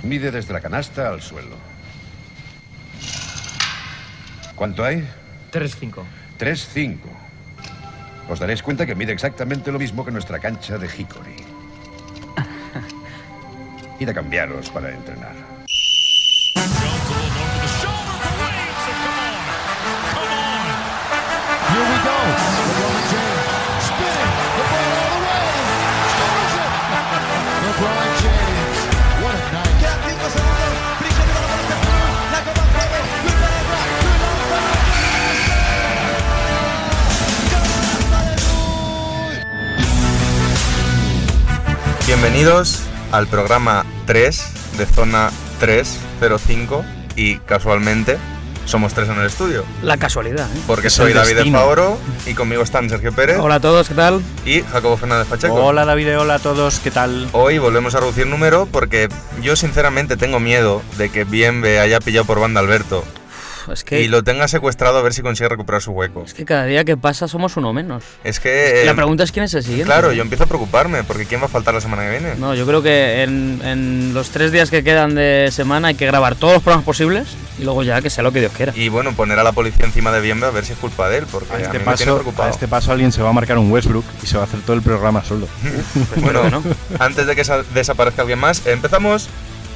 Mide desde la canasta al suelo. ¿Cuánto hay? 3-5. 3-5. Os daréis cuenta que mide exactamente lo mismo que nuestra cancha de Hickory. Id a cambiaros para entrenar. Bienvenidos al programa 3 de Zona 305 y casualmente somos 3 en el estudio. La casualidad, ¿eh? Porque soy David de Favoro y conmigo están Sergio Pérez. Hola a todos, ¿qué tal? Y Jacobo Fernández Pacheco. Hola David, hola a todos, ¿qué tal? Hoy volvemos a reducir número porque yo sinceramente tengo miedo de que Bienve haya pillado por banda a Alberto. Es que... Y lo tenga secuestrado a ver si consigue recuperar su hueco. Es que cada día que pasa somos uno menos. Es que... La pregunta es quién es el siguiente. Claro, yo empiezo a preocuparme porque ¿quién va a faltar la semana que viene? No, yo creo que en los 3 días que quedan de semana hay que grabar todos los programas posibles y luego ya que sea lo que Dios quiera. Y bueno, poner a la policía encima de Bienve a ver si es culpa de él, porque a mí me tiene preocupado. A este paso alguien se va a marcar un Westbrook y se va a hacer todo el programa solo. Bueno, ¿no? Antes de que desaparezca alguien más, empezamos.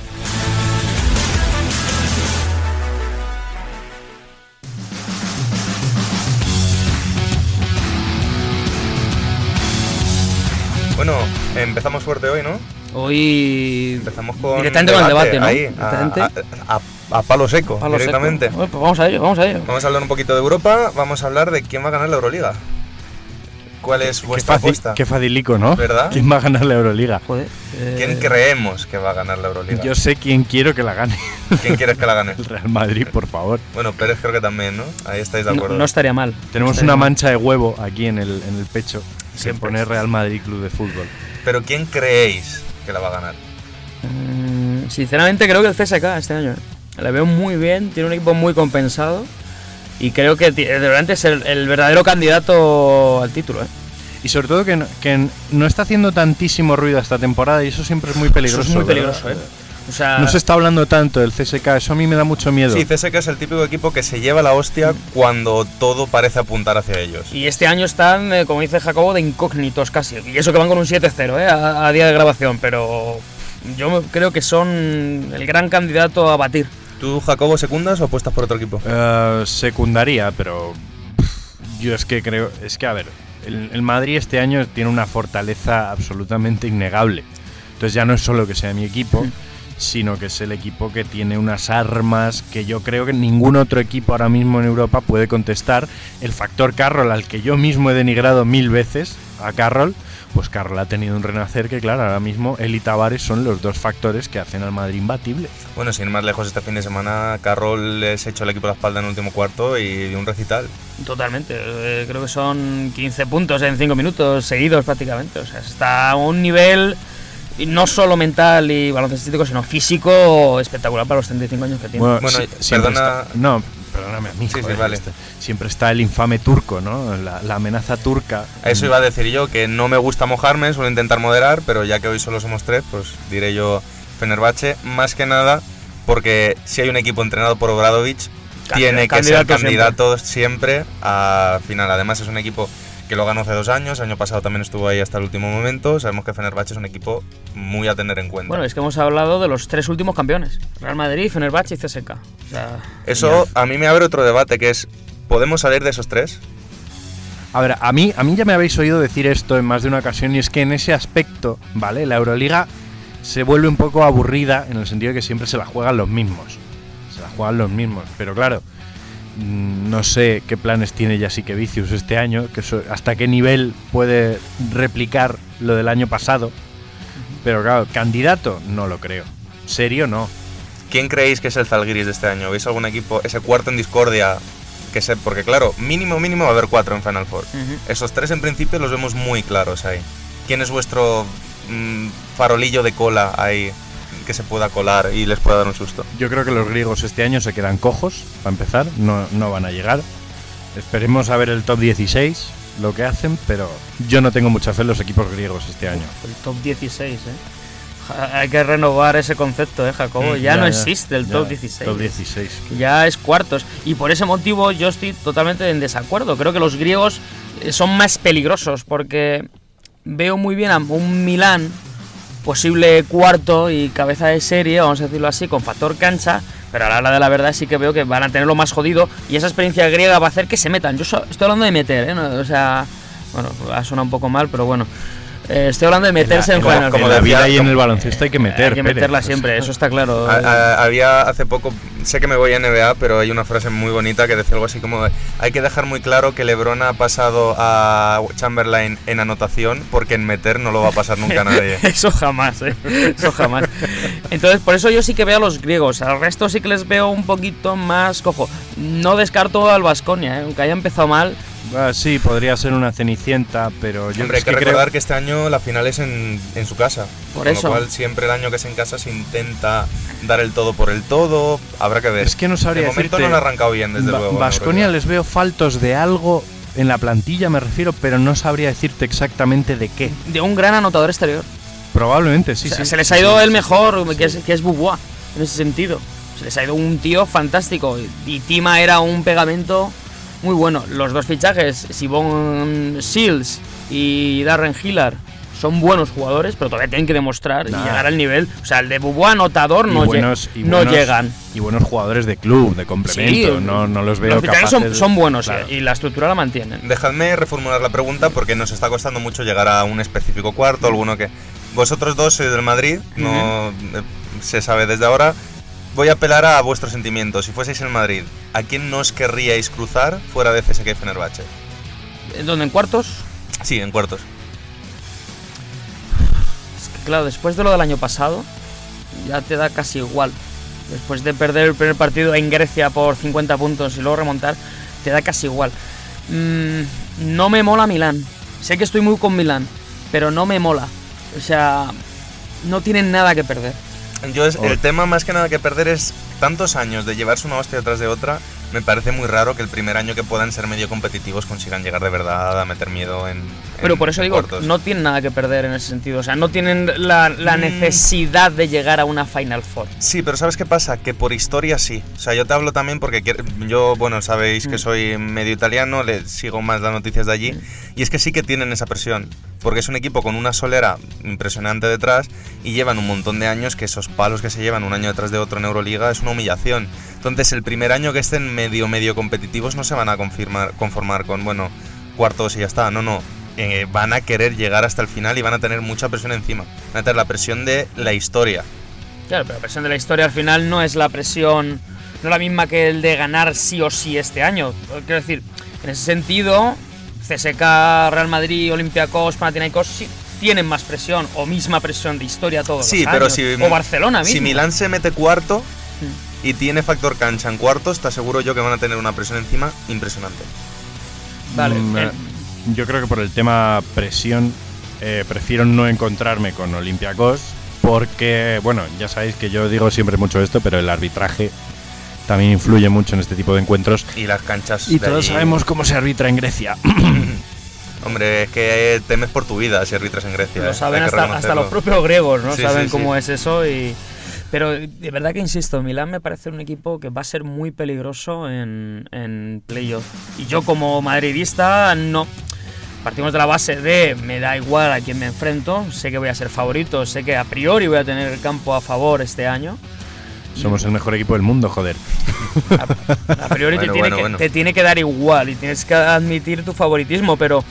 Bueno, empezamos fuerte hoy, ¿no? Hoy empezamos con directamente con el debate, ¿no? Ahí, a palo seco, directamente. Seco. Bueno, pues vamos a ello. Vamos a hablar un poquito de Europa, vamos a hablar de quién va a ganar la Euroliga. ¿Cuál es vuestra apuesta? Qué fadilico, ¿no? ¿Verdad? ¿Quién va a ganar la Euroliga? Joder, ¿Quién creemos que va a ganar la Euroliga? Yo sé quién quiero que la gane. ¿Quién quieres que la gane? El Real Madrid, por favor. Bueno, Pérez creo que también, ¿no? Ahí estáis de acuerdo. No estaría mal. Tenemos una mancha de huevo aquí en el pecho. Se Siempre. pone Real Madrid Club de Fútbol. Pero ¿quién creéis que la va a ganar? Sinceramente creo que el CSK este año. Le veo muy bien, tiene un equipo muy compensado y creo que realmente es el verdadero candidato al título, ¿eh? Y sobre todo que no está haciendo tantísimo ruido esta temporada y eso siempre es muy peligroso. Eso es muy peligroso, ¿eh? O sea, no se está hablando tanto del CSK, eso a mí me da mucho miedo. Sí, CSK es el típico equipo que se lleva la hostia cuando todo parece apuntar hacia ellos. Y este año están, como dice Jacobo, de incógnitos casi. Y eso que van con un 7-0, a día de grabación, pero yo creo que son el gran candidato a batir. ¿Tú, Jacobo, secundas o apuestas por otro equipo? Secundaría, pero yo es que creo... Es que, a ver, el Madrid este año tiene una fortaleza absolutamente innegable. Entonces ya no es solo que sea mi equipo, sino que es el equipo que tiene unas armas que yo creo que ningún otro equipo ahora mismo en Europa puede contestar. El factor Carroll, al que yo mismo he denigrado 1000 veces a Carroll, pues Carroll ha tenido un renacer que, claro, ahora mismo él y Tavares son los dos factores que hacen al Madrid imbatible. Bueno, sin ir más lejos, este fin de semana Carroll les echó al equipo a la espalda en el último cuarto y dio un recital. Totalmente, creo que son 15 puntos en 5 minutos seguidos prácticamente. O sea, está a un nivel... Y no solo mental y baloncestístico, sino físico espectacular para los 35 años que tiene. Bueno, perdona... Perdóname a mí. Sí, vale. Siempre está el infame turco, ¿no? La amenaza turca. Eso iba a decir yo, que no me gusta mojarme, suelo intentar moderar, pero ya que hoy solo somos 3, pues diré yo Fenerbahce, más que nada porque si hay un equipo entrenado por Obradović, tiene que ser candidato siempre a final. Además es un equipo que lo ganó hace 2 años, el año pasado también estuvo ahí hasta el último momento. Sabemos que Fenerbahce es un equipo muy a tener en cuenta. Bueno, es que hemos hablado de los 3 últimos campeones, Real Madrid, Fenerbahce y CSK. O sea, eso a mí me abre otro debate, que es, ¿podemos salir de esos 3? A ver, a mí ya me habéis oído decir esto en más de una ocasión, y es que en ese aspecto, ¿vale? La Euroliga se vuelve un poco aburrida en el sentido de que siempre se la juegan los mismos. Pero claro, no sé qué planes tiene Jasikevičius este año, hasta qué nivel puede replicar lo del año pasado. Pero claro, candidato no lo creo. Serio no. ¿Quién creéis que es el Zalgiris de este año? ¿Veis algún equipo, ese cuarto en discordia? Porque claro, mínimo va a haber 4 en Final Four. Esos 3 en principio los vemos muy claros ahí. ¿Quién es vuestro farolillo de cola ahí que se pueda colar y les pueda dar un susto? Yo creo que los griegos este año se quedan cojos, para empezar, no van a llegar. Esperemos a ver el top 16, lo que hacen, pero yo no tengo mucha fe en los equipos griegos este año. El top 16, Hay que renovar ese concepto, Jacobo. Ya no existe el top 16. Top 16. Ya es cuartos. Y por ese motivo yo estoy totalmente en desacuerdo. Creo que los griegos son más peligrosos porque veo muy bien a un Milán posible cuarto y cabeza de serie, vamos a decirlo así, con factor cancha, pero a la hora de la verdad sí que veo que van a tenerlo más jodido y esa experiencia griega va a hacer que se metan. Yo estoy hablando de meter, ¿no? O sea, bueno, ha sonado un poco mal, pero bueno. Estoy hablando de meterse en Final Como la vida y en el baloncesto hay que meter. Hay que meterla siempre, eso está claro. Había hace poco, sé que me voy a NBA, pero hay una frase muy bonita que decía algo así como: hay que dejar muy claro que LeBron ha pasado a Chamberlain en anotación, porque en meter no lo va a pasar nunca nadie. Eso jamás, eso jamás. Entonces, por eso yo sí que veo a los griegos. Al resto sí que les veo un poquito más cojo. No descarto al Baskonia, aunque haya empezado mal. Sí, podría ser una Cenicienta, pero yo hay que recordar que este año la final es en su casa. Por con eso. Lo cual siempre el año que es en casa se intenta dar el todo por el todo. Habrá que ver. Es que no sabría decirte. De momento no lo han arrancado bien, desde luego. Baskonia les veo faltos de algo en la plantilla, me refiero, pero no sabría decirte exactamente de qué. De un gran anotador exterior. Probablemente, sí, o sea, sí. Se les ha ido el mejor, que es Beaubois, en ese sentido. Se les ha ido un tío fantástico. Y Tima era un pegamento muy bueno. Los dos fichajes, Sibon Shields y Darren Hillar, son buenos jugadores, pero todavía tienen que demostrar y llegar al nivel. O sea, el de Beaubois anotador no llegan. Y buenos jugadores de club, de complemento. Sí, no los veo capaces. Los fichajes son buenos, claro. Y la estructura la mantienen. Dejadme reformular la pregunta porque nos está costando mucho llegar a un específico cuarto, alguno que... Vosotros dos sois del Madrid, no se sabe desde ahora. Voy a apelar a vuestros sentimientos. Si fueseis el Madrid, ¿a quién no os querríais cruzar fuera de CSKA y Fenerbahce? ¿Dónde? ¿En cuartos? Sí, en cuartos. Es que claro, después de lo del año pasado, ya te da casi igual. Después de perder el primer partido en Grecia por 50 puntos y luego remontar, te da casi igual. No me mola Milán. Sé que estoy muy con Milán, pero no me mola. O sea, no tienen nada que perder. El tema más que nada que perder es tantos años de llevarse una hostia detrás de otra. Me parece muy raro que el primer año que puedan ser medio competitivos consigan llegar de verdad a meter miedo pero por eso digo, cuartos. No tienen nada que perder en ese sentido. O sea, no tienen la necesidad de llegar a una Final Four. Sí, pero ¿sabes qué pasa? Que por historia sí. O sea, yo te hablo también porque yo, bueno, sabéis que soy medio italiano, le sigo más las noticias de allí. Y es que sí que tienen esa presión. Porque es un equipo con una solera impresionante detrás y llevan un montón de años que esos palos que se llevan un año detrás de otro en Euroliga es una humillación. Entonces el primer año que estén medio competitivos no se van a conformar con, bueno, cuartos y ya está. No. Van a querer llegar hasta el final y van a tener mucha presión encima. Van a tener la presión de la historia. Claro, pero la presión de la historia al final no es la presión, no la misma que el de ganar sí o sí este año. Quiero decir, en ese sentido, CSKA, Real Madrid, Olympiacos, Panathinaikos sí tienen más presión o misma presión de historia todos los años. Pero si, o Barcelona mismo. Si Milán se mete cuarto y tiene factor cancha en cuartos, te aseguro yo que van a tener una presión encima impresionante. Vale. Yo creo que por el tema presión prefiero no encontrarme con Olympiacos porque, bueno, ya sabéis que yo digo siempre mucho esto, pero el arbitraje también influye mucho en este tipo de encuentros. Y las canchas. Y todos sabemos cómo se arbitra en Grecia. Hombre, es que temes por tu vida si arbitras en Grecia. Lo saben hasta los propios griegos, ¿no? Saben cómo es eso y... Pero de verdad que insisto, Milán me parece un equipo que va a ser muy peligroso en playoff. Y yo como madridista no... Partimos de la base de me da igual a quién me enfrento, sé que voy a ser favorito, sé que a priori voy a tener el campo a favor este año. Somos el mejor equipo del mundo, joder. A priori te tiene que dar igual y tienes que admitir tu favoritismo, pero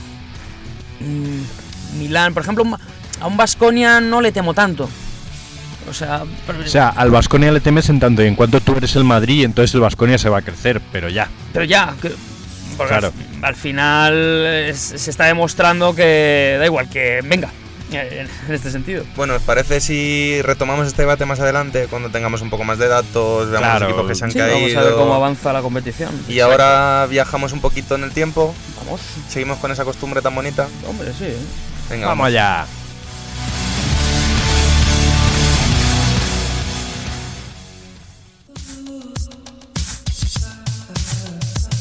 Milán, por ejemplo, a un Baskonia no le temo tanto. O sea, al Baskonia le temes en tanto y en cuanto tú eres el Madrid, entonces el Baskonia se va a crecer, pero ya. Porque claro. Al final se está demostrando que da igual que venga. En este sentido. Bueno, ¿os parece si retomamos este debate más adelante cuando tengamos un poco más de datos, veamos los equipos que se han caído? Vamos a ver cómo avanza la competición. Y ahora viajamos un poquito en el tiempo. Vamos. Seguimos con esa costumbre tan bonita. Hombre, sí. Venga, vamos allá.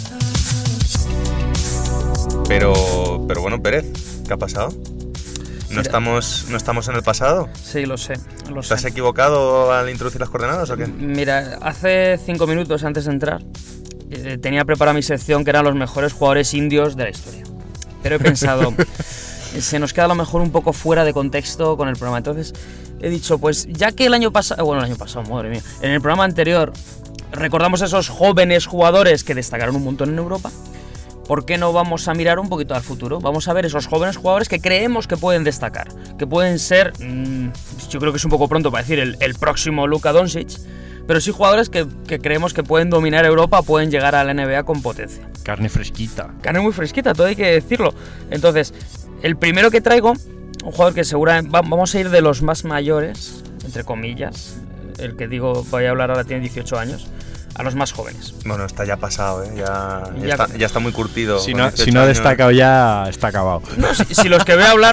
Pero bueno, Pérez, ¿qué ha pasado? ¿No estamos en el pasado? Sí, lo sé. ¿Te has equivocado al introducir las coordenadas o qué? Mira, hace 5 minutos antes de entrar tenía preparada mi sección que eran los mejores jugadores indios de la historia. Pero he pensado, se nos queda a lo mejor un poco fuera de contexto con el programa. Entonces he dicho, pues ya que el año pasado, madre mía, en el programa anterior recordamos a esos jóvenes jugadores que destacaron un montón en Europa, ¿por qué no vamos a mirar un poquito al futuro? Vamos a ver esos jóvenes jugadores que creemos que pueden destacar, que pueden ser, yo creo que es un poco pronto para decir el próximo Luka Doncic, pero sí jugadores que creemos que pueden dominar Europa, pueden llegar a la NBA con potencia. Carne fresquita. Carne muy fresquita, todo hay que decirlo. Entonces, el primero que traigo, un jugador que seguramente vamos a ir de los más mayores, entre comillas, el que digo voy a hablar ahora tiene 18 años, a los más jóvenes. Bueno, está ya pasado, ¿eh? Ya está muy curtido. Si no ha destacado ya, está acabado. No, si los que voy a hablar,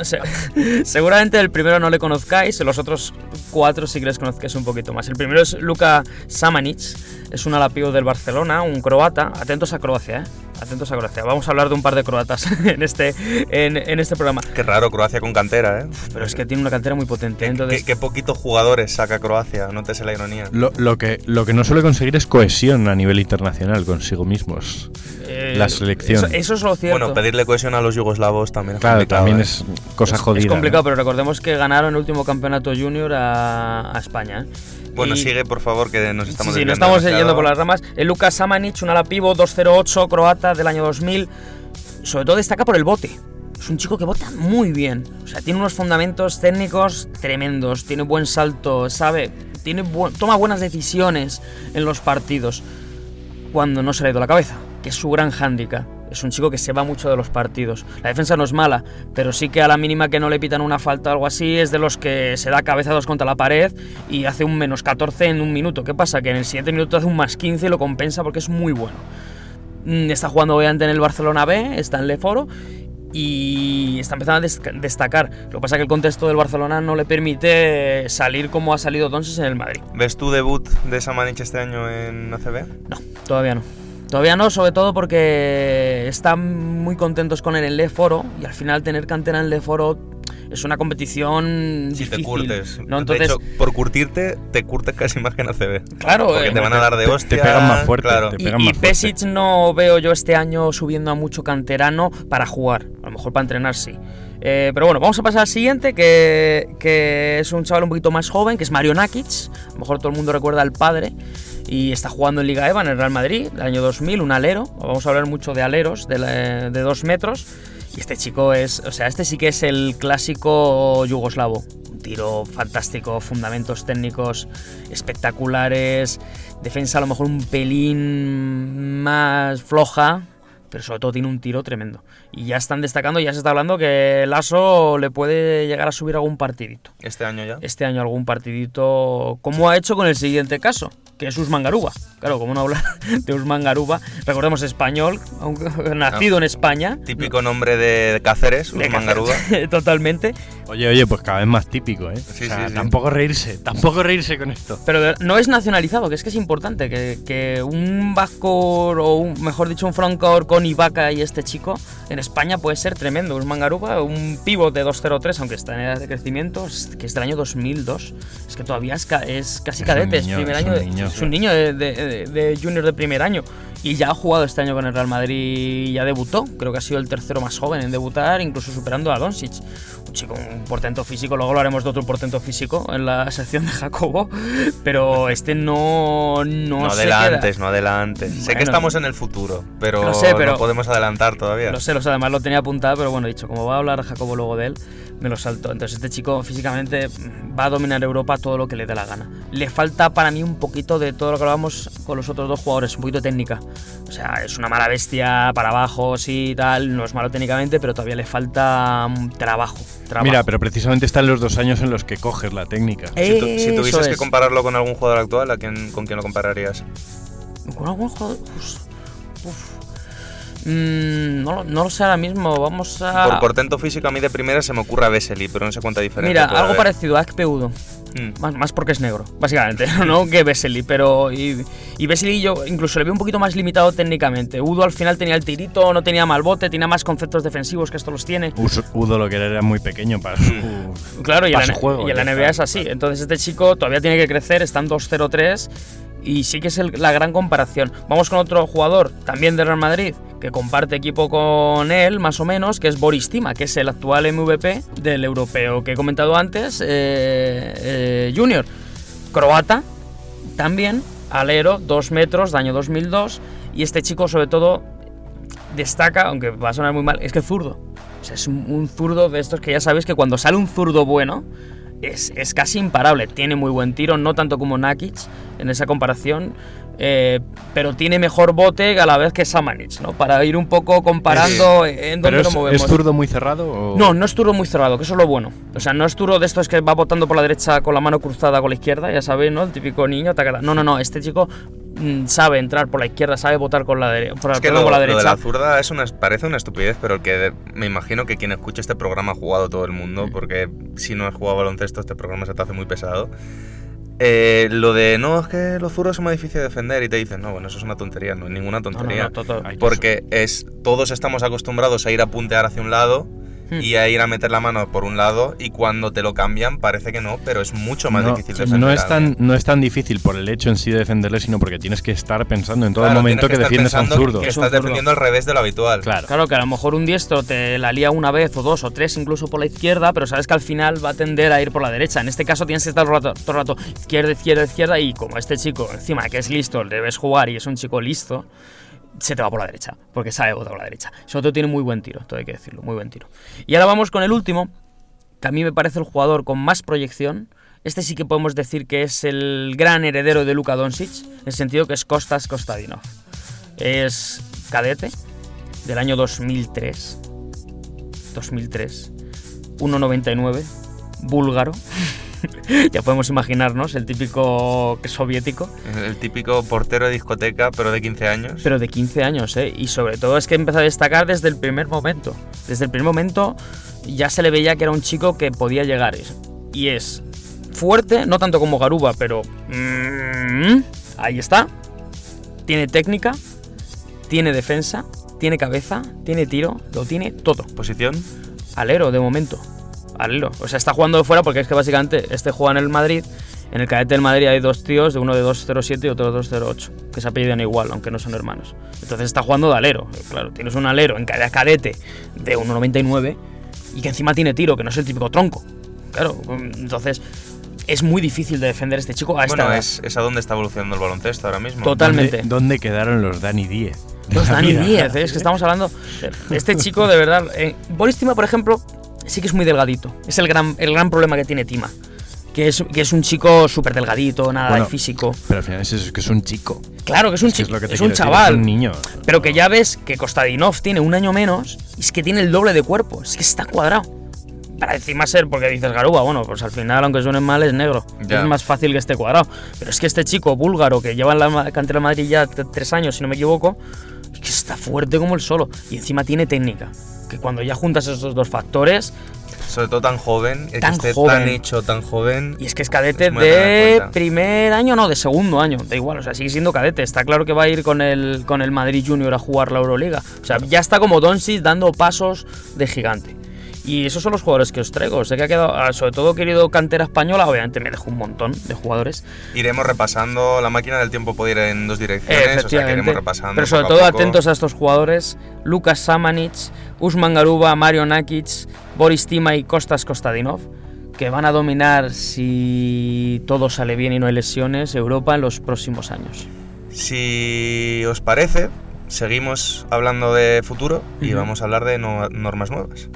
seguramente el primero no le conozcáis, los otros 4 sí que les conozcáis un poquito más. El primero es Luka Samanic, es un ala pívot del Barcelona, un croata. Atentos a Croacia, atentos a Croacia. Vamos a hablar de un par de croatas en este programa. Qué raro, Croacia con cantera, ¿eh? Pero es que tiene una cantera muy potente. Entonces, ¿Qué poquitos jugadores saca Croacia? Nótese la ironía. Lo que no suele conseguir es cohesión a nivel internacional consigo mismos. La selección. Eso es lo cierto. Bueno, pedirle cohesión a los yugoslavos también es claro, complicado. También es cosa jodida. Es complicado, ¿no? pero recordemos que ganaron el último campeonato junior a España. Bueno, sigue, por favor, que nos estamos desviando. Sí, nos estamos yendo por las ramas. El Luka Samanic, un ala pívot 208, croata del año 2000. Sobre todo destaca por el bote. Es un chico que bota muy bien. O sea, tiene unos fundamentos técnicos tremendos. Tiene buen salto, sabe. Toma buenas decisiones en los partidos. Cuando no se le ha ido la cabeza, que es su gran hándicap. Es un chico que se va mucho de los partidos. La defensa no es mala, pero sí que a la mínima que no le pitan una falta o algo así, es de los que se da cabezados contra la pared y hace un menos 14 en un minuto. ¿Qué pasa? Que en el siguiente minuto hace un más 15 y lo compensa porque es muy bueno. Está jugando obviamente en el Barcelona B, está en Leforo y está empezando a destacar. Lo que pasa es que el contexto del Barcelona no le permite salir como ha salido Doncic en el Madrid. ¿Ves tu debut de Samanic este año en ACB? No, todavía no. Todavía no, sobre todo porque están muy contentos con él en Leforo y al final tener cantera en Leforo es una competición difícil. Si te curtes. ¿No? Entonces, de hecho, por curtirte, te curtes casi más que en ACB. Claro. Porque te van a dar de hostia. Te pegan más fuerte. Claro. Y Pesic no veo yo este año subiendo a mucho canterano para jugar. A lo mejor para entrenar sí. Pero bueno, vamos a pasar al siguiente, que es un chaval un poquito más joven, que es Mario Nakic. A lo mejor todo el mundo recuerda al padre. Y está jugando en Liga EVA en el Real Madrid, el año 2000, un alero. Vamos a hablar mucho de aleros, de 2 metros. Y este chico este sí que es el clásico yugoslavo. Un tiro fantástico, fundamentos técnicos espectaculares, defensa a lo mejor un pelín más floja, pero sobre todo tiene un tiro tremendo. Y ya están destacando, ya se está hablando que Lasso le puede llegar a subir algún partidito. ¿Este año ya? Este año algún partidito, como ha hecho con el siguiente caso, que es Usman Garuba. Claro, como no hablar de Usman Garuba, recordemos español, aunque nacido en España. Típico nombre de Cáceres, Usman Garuba. Totalmente. Oye, pues cada vez más típico, ¿eh? Sí, o sea, sí. Tampoco reírse con esto. Pero no es nacionalizado, que es importante, que un backcourt, o mejor dicho, un frontcourt con Ibaka y este chico, en España puede ser tremendo. Usman Garuba, un pívot de 2.03, aunque está en edad de crecimiento, que es del año 2002. Es que todavía es casi cadete, es primer año. Es un niño de junior de primer año. Y ya ha jugado este año con el Real Madrid y ya debutó. Creo que ha sido el tercero más joven en debutar, incluso superando a Doncic. Un chico, un portento físico. Luego lo haremos de otro portento físico en la sección de Jacobo. Pero este no adelantes. Bueno, sé que estamos en el futuro, pero no podemos adelantar todavía. Lo sé, además lo tenía apuntado, pero bueno, he dicho, como va a hablar Jacobo luego de él, me lo saltó. Entonces este chico físicamente va a dominar Europa todo lo que le dé la gana. Le falta para mí un poquito de todo lo que hablábamos con los otros 2 jugadores, un poquito de técnica. O sea, es una mala bestia para abajo, sí, tal, no es malo técnicamente, pero todavía le falta trabajo. Mira, pero precisamente están los 2 años en los que coges la técnica. Si tuvieses que compararlo con algún jugador actual, ¿con quién lo compararías? ¿Con algún jugador? No lo sé ahora mismo, vamos a... Por portento físico a mí de primera se me ocurre a Vesely, pero no sé cuánta diferencia. Mira, algo parecido a Ekpe Udoh. Más porque es negro, básicamente, no que Vesely, pero... Y Vesely yo incluso le veo un poquito más limitado técnicamente. Udo al final tenía el tirito, no tenía mal bote, tenía más conceptos defensivos que esto los tiene. Udo lo que era muy pequeño para su, claro, para su juego. Y en la NBA es así. Entonces este chico todavía tiene que crecer, está en 2-0-3 y sí que es la gran comparación. Vamos con otro jugador, también del Real Madrid, que comparte equipo con él, más o menos, que es Boris Tima, que es el actual MVP del europeo que he comentado antes, Junior. Croata, también, alero, 2 metros, de año 2002, y este chico sobre todo destaca, aunque va a sonar muy mal, es que zurdo. O sea, es un zurdo de estos que ya sabéis que cuando sale un zurdo bueno, es casi imparable. Tiene muy buen tiro, no tanto como Nakic en esa comparación, pero tiene mejor bote a la vez que Samanic, ¿no? Para ir un poco comparando en dónde lo movemos. ¿Es zurdo muy cerrado? O... No es zurdo muy cerrado, que eso es lo bueno. O sea, no es zurdo de estos que va botando por la derecha con la mano cruzada con la izquierda, ya sabéis, ¿no? El típico niño. No, este chico sabe entrar por la izquierda, sabe botar con la derecha. Es que lo de la zurda parece una estupidez, pero el que me imagino que quien escucha este programa ha jugado todo el mundo, porque si no has jugado baloncesto este programa se te hace muy pesado. Lo de no, es que los zurdos son más difíciles de defender y te dicen, no, bueno, eso es una tontería, no es ninguna tontería. Porque todos estamos acostumbrados a ir a puntear hacia un lado y a ir a meter la mano por un lado, y cuando te lo cambian parece que no, pero es mucho más difícil defender. No es tan difícil por el hecho en sí de defenderle, sino porque tienes que estar pensando en todo el momento que defiendes a un zurdo. Que estás defendiendo al revés de lo habitual. Claro, que a lo mejor un diestro te la lía una vez o dos o tres incluso por la izquierda, pero sabes que al final va a tender a ir por la derecha. En este caso tienes que estar todo el rato izquierda, y como este chico encima que es listo, le debes jugar y es un chico listo, se te va por la derecha, porque sabe botar por la derecha. Sobre todo tiene muy buen tiro, todo hay que decirlo, muy buen tiro. Y ahora vamos con el último, que a mí me parece el jugador con más proyección. Este sí que podemos decir que es el gran heredero de Luka Doncic, en el sentido que es Kostas Kostadinov. Es cadete del año 2003, 1,99, búlgaro. Ya podemos imaginarnos, el típico soviético. El típico portero de discoteca, pero de 15 años. Pero de 15 años, ¿eh? Y sobre todo es que empezó a destacar desde el primer momento. Desde el primer momento ya se le veía que era un chico que podía llegar. Y es fuerte, no tanto como Garuba, pero... ahí está. Tiene técnica, tiene defensa, tiene cabeza, tiene tiro, lo tiene todo. ¿Posición? Alero, de momento. Alero. O sea, está jugando de fuera porque es que básicamente juega en el Madrid. En el cadete del Madrid hay dos tíos, uno de 2.07 y otro de 2.08, que se apellidan igual, aunque no son hermanos. Entonces está jugando de alero. Claro, tienes un alero en cada cadete de 1.99 y que encima tiene tiro, que no es el típico tronco. Claro, entonces es muy difícil de defender este chico a esta edad. Es a dónde está evolucionando el baloncesto ahora mismo. Totalmente. ¿Dónde quedaron los Dani 10? Los Dani 10, es que estamos hablando... Este chico, de verdad... Boris Tima, por ejemplo, sí que es muy delgadito. Es el gran problema que tiene Tima. Que es un chico súper delgadito, nada de físico. Pero al final es que es un chico. Claro que es un chico, es un chaval. Es un niño. Pero que ya ves que Kostadinov tiene un año menos y es que tiene el doble de cuerpo. Es que está cuadrado. Para encima ser, porque dices Garuba, bueno, pues al final, aunque suene mal, es negro. Ya. Es más fácil que esté cuadrado. Pero es que este chico búlgaro, que lleva en la cantera de Madrid ya 3 años, si no me equivoco, es que está fuerte como el solo. Y encima tiene técnica. Que cuando ya juntas esos dos factores... Sobre todo tan joven, tan hecho, tan joven. Y es que es cadete de primer año, no, de segundo año, da igual, o sea, sigue siendo cadete. Está claro que va a ir con el Madrid Junior a jugar la Euroliga. O sea, ya está como Doncic dando pasos de gigante. Y esos son los jugadores que os traigo. Sé que ha quedado, sobre todo querido cantera española, obviamente me dejó un montón de jugadores. Iremos repasando, la máquina del tiempo puede ir en 2 direcciones, o sea que iremos repasando. Pero sobre todo atentos a estos jugadores: Lukas Samanic, Usman Garuba, Mario Nakic, Boris Tima y Kostas Kostadinov, que van a dominar, si todo sale bien y no hay lesiones, Europa en los próximos años. Si os parece, seguimos hablando de futuro y vamos a hablar de normas nuevas.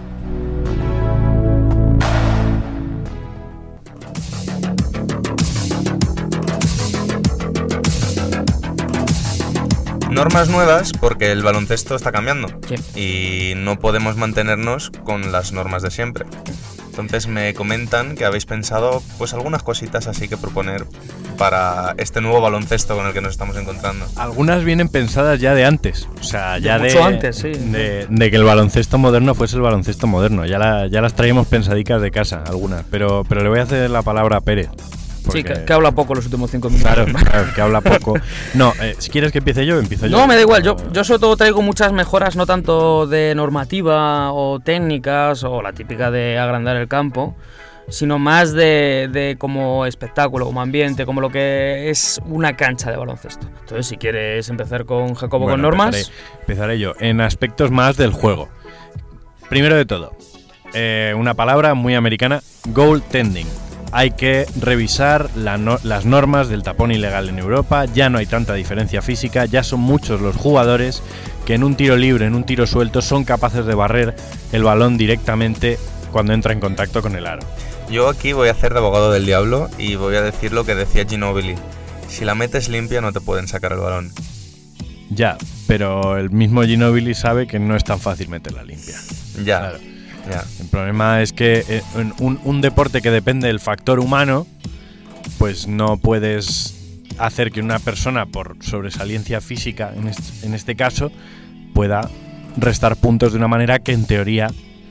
Normas nuevas porque el baloncesto está cambiando y no podemos mantenernos con las normas de siempre. Entonces me comentan que habéis pensado pues algunas cositas así que proponer para este nuevo baloncesto con el que nos estamos encontrando. Algunas vienen pensadas ya de antes, o sea, ya mucho antes, sí. de que el baloncesto moderno fuese el baloncesto moderno. Ya las traíamos pensadicas de casa, algunas, pero le voy a hacer la palabra a Pérez. Sí, que habla poco los últimos 5 minutos. Claro, que habla poco. No, si quieres que empiece yo, empiezo yo. No, me da igual. Yo sobre todo traigo muchas mejoras, no tanto de normativa o técnicas o la típica de agrandar el campo, sino más de como espectáculo, como ambiente, como lo que es una cancha de baloncesto. Entonces, si quieres empezar con Jacobo, con normas... Empezaré yo, en aspectos más del juego. Primero de todo, una palabra muy americana, goaltending. Hay que revisar las normas del tapón ilegal en Europa. Ya no hay tanta diferencia física. Ya son muchos los jugadores que en un tiro libre, en un tiro suelto, son capaces de barrer el balón directamente cuando entra en contacto con el aro. Yo aquí voy a hacer de abogado del diablo y voy a decir lo que decía Ginobili. Si la metes limpia no te pueden sacar el balón. Ya, pero el mismo Ginobili sabe que no es tan fácil meterla limpia. Ya. Claro. Ya. El problema es que en un deporte que depende del factor humano, pues no puedes hacer que una persona, por sobresaliencia física en este caso, pueda restar puntos de una manera que en teoría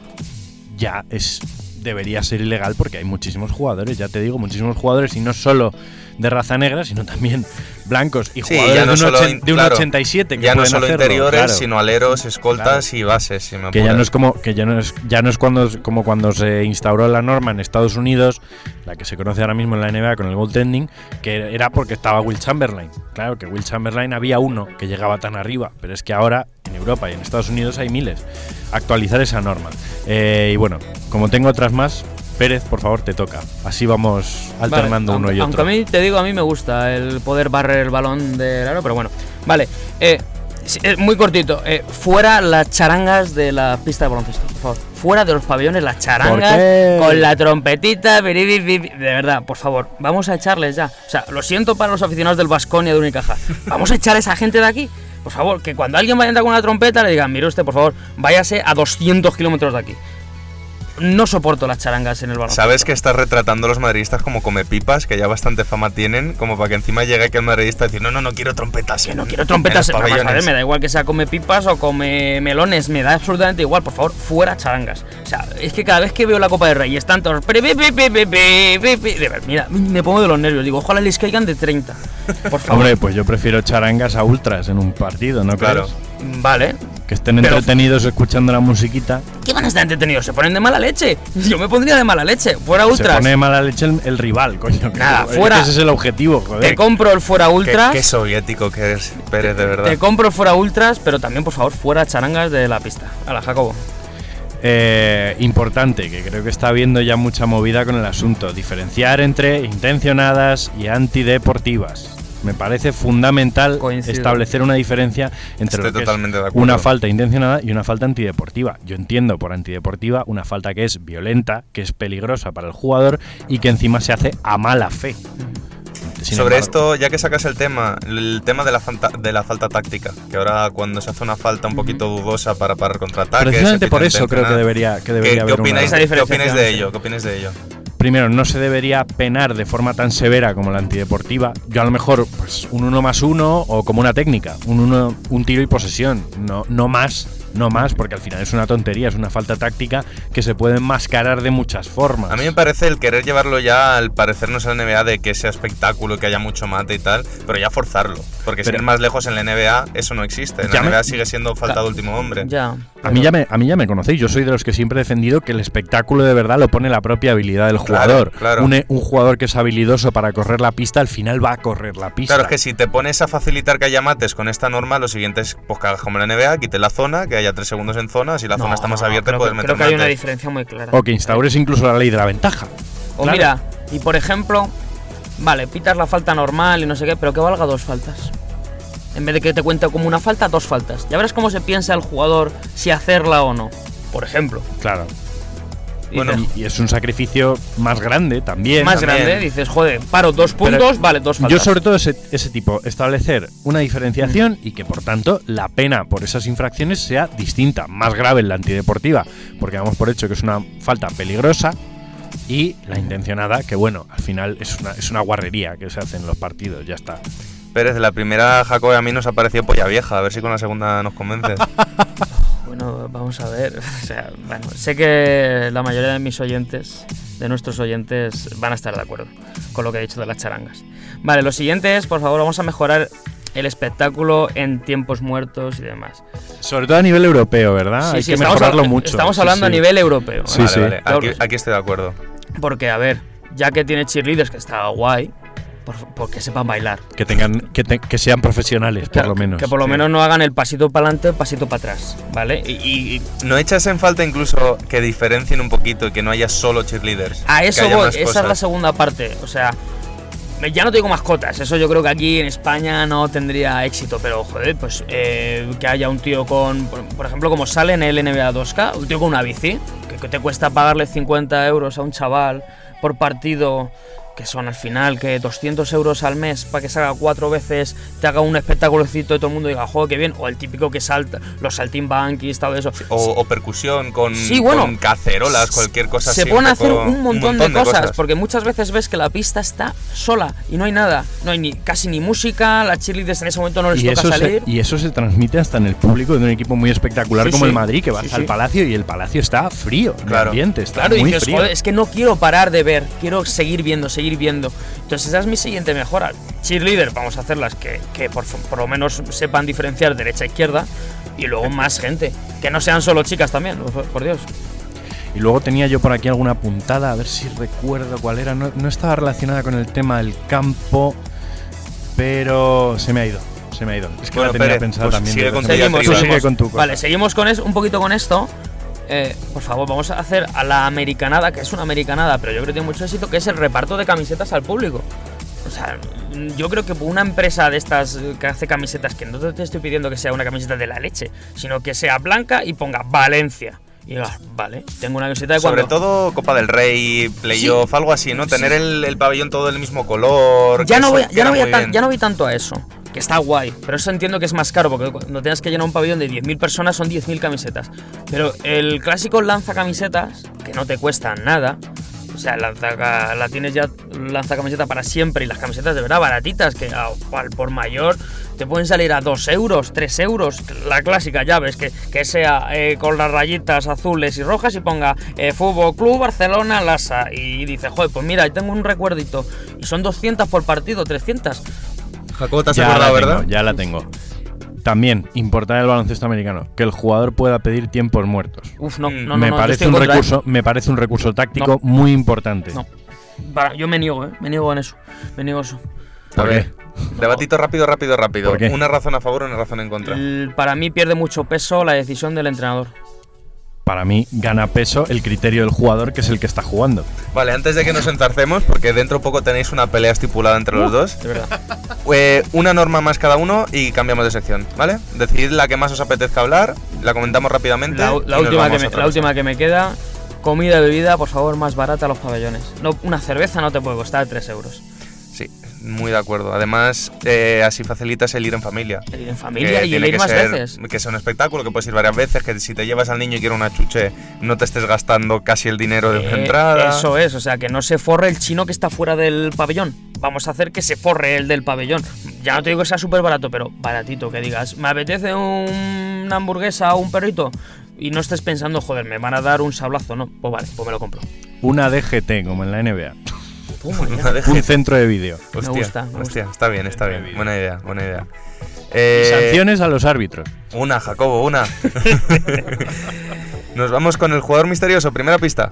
ya debería ser ilegal, porque hay muchísimos jugadores, ya te digo, muchísimos jugadores, y no solo de raza negra, sino también blancos y jugadores de un 87 que ya pueden no solo hacerlo, interiores, claro. sino aleros, escoltas y bases, si me que ya no es como cuando se instauró la norma en Estados Unidos, la que se conoce ahora mismo en la NBA con el goaltending, que era porque estaba Will Chamberlain. Claro que Will Chamberlain había uno que llegaba tan arriba, pero es que ahora en Europa y en Estados Unidos hay miles. Actualizar esa norma. Y bueno, como tengo otras más, Pérez, por favor, te toca. Así vamos alternando uno y otro. Aunque a mí, te digo, a mí me gusta el poder barrer el balón del aro, pero bueno. Vale, muy cortito. Fuera las charangas de la pista de baloncesto, por favor. Fuera de los pabellones, las charangas, con la trompetita, de verdad, por favor, vamos a echarles ya. O sea, lo siento para los aficionados del Baskonia de Unicaja. Vamos a echar a esa gente de aquí. Por favor, que cuando alguien vaya a entrar con una trompeta le digan, mire usted, por favor, váyase a 200 kilómetros de aquí. No soporto las charangas en el balón. ¿Sabes que estás retratando a los madridistas como comepipas, que ya bastante fama tienen, como para que encima llegue aquel madridista y decir, no quiero trompetas? Que no quiero trompetas, me da igual que sea come pipas o come melones, me da absolutamente igual, por favor, fuera charangas. O sea, es que cada vez que veo la Copa del Rey están todos... Mira, me pongo de los nervios, digo, ojalá les caigan de 30, por favor. Hombre, pues yo prefiero charangas a ultras en un partido, ¿no? Claro. Vale. Que estén entretenidos escuchando la musiquita. ¿Qué van a estar entretenidos? Se ponen de mala leche. Yo me pondría de mala leche. Fuera ultras. Se pone de mala leche el rival, coño. Nada, fuera. Ese es el objetivo, joder. Te compro el fuera ultras. Qué soviético que eres, Pérez, de verdad. Te compro el fuera ultras, pero también, por favor, fuera charangas de la pista. A la Jacobo. Importante, que creo que está habiendo ya mucha movida con el asunto. Diferenciar entre intencionadas y antideportivas. Me parece fundamental establecer una diferencia entre lo que es una falta intencionada y una falta antideportiva. Yo entiendo por antideportiva una falta que es violenta, que es peligrosa para el jugador y que encima se hace a mala fe. Sobre esto, ya que sacas el tema de la falta táctica, que ahora cuando se hace una falta un poquito dudosa para parar contraataques... Precisamente por eso creo que debería haber ¿Qué opináis de ello? Primero, no se debería penar de forma tan severa como la antideportiva. Yo a lo mejor, pues un 1+1 o como una técnica, un tiro y posesión, no más, porque al final es una tontería, es una falta táctica que se puede enmascarar de muchas formas. A mí me parece el querer llevarlo ya al parecernos a la NBA de que sea espectáculo, que haya mucho mate y tal, pero ya forzarlo, porque sin ir más lejos en la NBA eso no existe. En la NBA sigue siendo falta de último hombre. Ya. A mí ya me conocéis, yo soy de los que siempre he defendido que el espectáculo de verdad lo pone la propia habilidad del jugador. Claro. Un jugador que es habilidoso para correr la pista, al final va a correr la pista. Claro, es que si te pones a facilitar que haya mates con esta norma, lo siguiente es pues que hagas como en la NBA, quite la zona, que haya 3 segundos en zona, si la zona está más abierta puedes meter creo que hay una diferencia muy clara. O que instaures incluso la ley de la ventaja. O claro. Mira, y por ejemplo, vale, pitas la falta normal y no sé qué, pero que valga 2 faltas. En vez de que te cuente como una falta, 2 faltas. Ya verás cómo se piensa el jugador si hacerla o no, por ejemplo. Claro. Bueno, y es un sacrificio más grande también. Grande, dices, joder, paro 2 puntos, pero vale, 2 faltas. Yo sobre todo ese tipo, establecer una diferenciación y que por tanto la pena por esas infracciones sea distinta, más grave en la antideportiva, porque damos por hecho que es una falta peligrosa, Y la intencionada, que bueno, al final es una guarrería que se hace en los partidos, ya está. Pérez, la primera, Jacob, a mí nos ha parecido polla vieja. A ver si con la segunda nos convences. Bueno, vamos a ver. O sea, bueno, sé que la mayoría de mis oyentes, de nuestros oyentes, van a estar de acuerdo con lo que he dicho de las charangas. Vale, lo siguiente es, por favor, vamos a mejorar el espectáculo en tiempos muertos y demás. Sobre todo a nivel europeo, ¿verdad? Sí, Hay sí, que mejorarlo mucho. Estamos hablando a nivel europeo. Sí, Vale. Aquí estoy de acuerdo. Porque, a ver, ya que tiene cheerleaders, que está guay, porque sepan bailar. Que sean profesionales, por lo menos. Que por lo menos no hagan el pasito para adelante, el pasito para atrás, ¿vale? Y ¿no echas en falta incluso que diferencien un poquito y que no haya solo cheerleaders? A eso voy, esa es la segunda parte. O sea, ya no te digo mascotas, eso yo creo que aquí en España no tendría éxito, pero joder, pues que haya un tío con, por ejemplo, como sale en el NBA 2K, un tío con una bici, que te cuesta pagarle 50 euros a un chaval por partido, que son al final que 200 euros al mes para que salga 4 veces, te haga un espectáculocito y todo el mundo diga, joder, qué bien, o el típico que salta, los saltimbanquis, todo eso. O percusión con cacerolas, cualquier cosa así. Se pueden hacer un montón de cosas, porque muchas veces ves que la pista está sola y no hay nada, no hay casi ni música, las cheerleaders en ese momento no les toca salir. Y eso se transmite hasta en el público de un equipo muy espectacular como el Madrid, que vas al Palacio y el Palacio está frío, el ambiente está muy dices, frío. Joder, es que no quiero parar de ver, quiero seguir viendo. Entonces esa es mi siguiente mejora. Cheerleader, vamos a hacerlas que por lo menos sepan diferenciar derecha e izquierda, y luego más gente, que no sean solo chicas también, por Dios. Y luego tenía yo por aquí alguna puntada, a ver si recuerdo cuál era. No estaba relacionada con el tema del campo, pero se me ha ido. Es que la tenía pensada pues también. Sigue con tu cosa. Vale, seguimos con un poquito con esto. Por favor, vamos a hacer a la americanada, que es una americanada, pero yo creo que tiene mucho éxito, que es el reparto de camisetas al público. O sea, yo creo que una empresa de estas que hace camisetas, que no te estoy pidiendo que sea una camiseta de la leche, sino que sea blanca y ponga Valencia. Y digas, vale, tengo una camiseta de cuando... Sobre todo Copa del Rey, Playoff, algo así, ¿no? Tener el pabellón todo del mismo color. Ya no voy tanto a eso, que está guay, pero eso entiendo que es más caro, porque cuando tengas que llenar un pabellón de 10.000 personas son 10.000 camisetas. Pero el clásico lanzacamisetas, que no te cuesta nada, o sea, la tienes ya lanza camiseta para siempre, y las camisetas de verdad baratitas, que al por mayor te pueden salir a 2 euros, 3 euros, la clásica, ya ves, que sea con las rayitas azules y rojas y ponga Fútbol Club Barcelona Lasa, y dices, joder, pues mira, tengo un recuerdito, y son 200 por partido, 300. Jacob, ¿te has acordado, verdad? Ya la tengo. También, importante el baloncesto americano, que el jugador pueda pedir tiempos muertos. Me parece un recurso táctico muy importante. No. Yo me niego en eso. ¿Por qué? Debatito rápido. ¿Por qué? Una razón a favor, una razón en contra. Para mí pierde mucho peso la decisión del entrenador. Para mí gana peso el criterio del jugador, que es el que está jugando. Vale, antes de que nos enzarcemos, porque dentro poco tenéis una pelea estipulada entre los dos. De verdad. Una norma más cada uno y cambiamos de sección, ¿vale? Decidid la que más os apetezca hablar, la comentamos rápidamente. La última que me queda, comida y bebida, por favor, más barata a los pabellones. No, una cerveza no te puede costar 3 euros. Sí, muy de acuerdo. Además, así facilitas el ir en familia. El ir en familia y el ir más veces. Que sea un espectáculo, que puedes ir varias veces, que si te llevas al niño y quiere una chuche, no te estés gastando casi el dinero de una entrada. Eso es, o sea, que no se forre el chino que está fuera del pabellón. Vamos a hacer que se forre el del pabellón. Ya no te digo que sea súper barato, pero baratito, que digas, me apetece una hamburguesa o un perrito, y no estés pensando, joder, me van a dar un sablazo, no. Pues vale, pues me lo compro. Una DGT, como en la NBA. Un centro de vídeo. Me gusta. Está bien. Buena idea. Y sanciones a los árbitros. Una, Jacobo, una. Nos vamos con el jugador misterioso. Primera pista.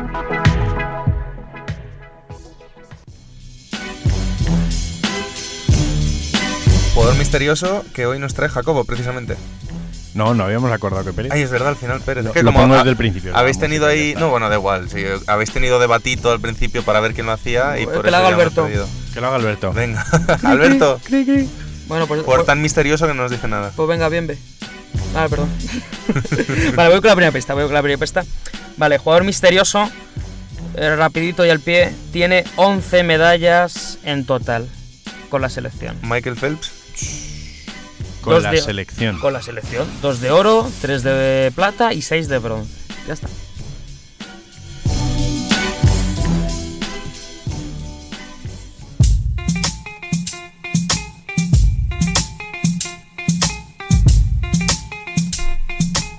Jugador misterioso que hoy nos trae Jacobo, precisamente. No habíamos acordado que Pérez. Ay, es verdad, al final Pérez. Es que lo pongo desde el principio. Habéis tenido ahí... No, bueno, da igual. Sí, habéis tenido debatito al principio para ver quién lo hacía y por que eso lo haga Alberto. Que lo haga Alberto. Venga, Alberto. Bueno, pues... Por tan misterioso que no nos dice nada. Pues venga, bien, ve. Perdón. Vale, voy con la primera pista. Vale, jugador misterioso, rapidito y al pie, tiene 11 medallas en total con la selección. Michael Phelps. Con la selección. 2 de oro, 3 de plata y 6 de bronce. Ya está.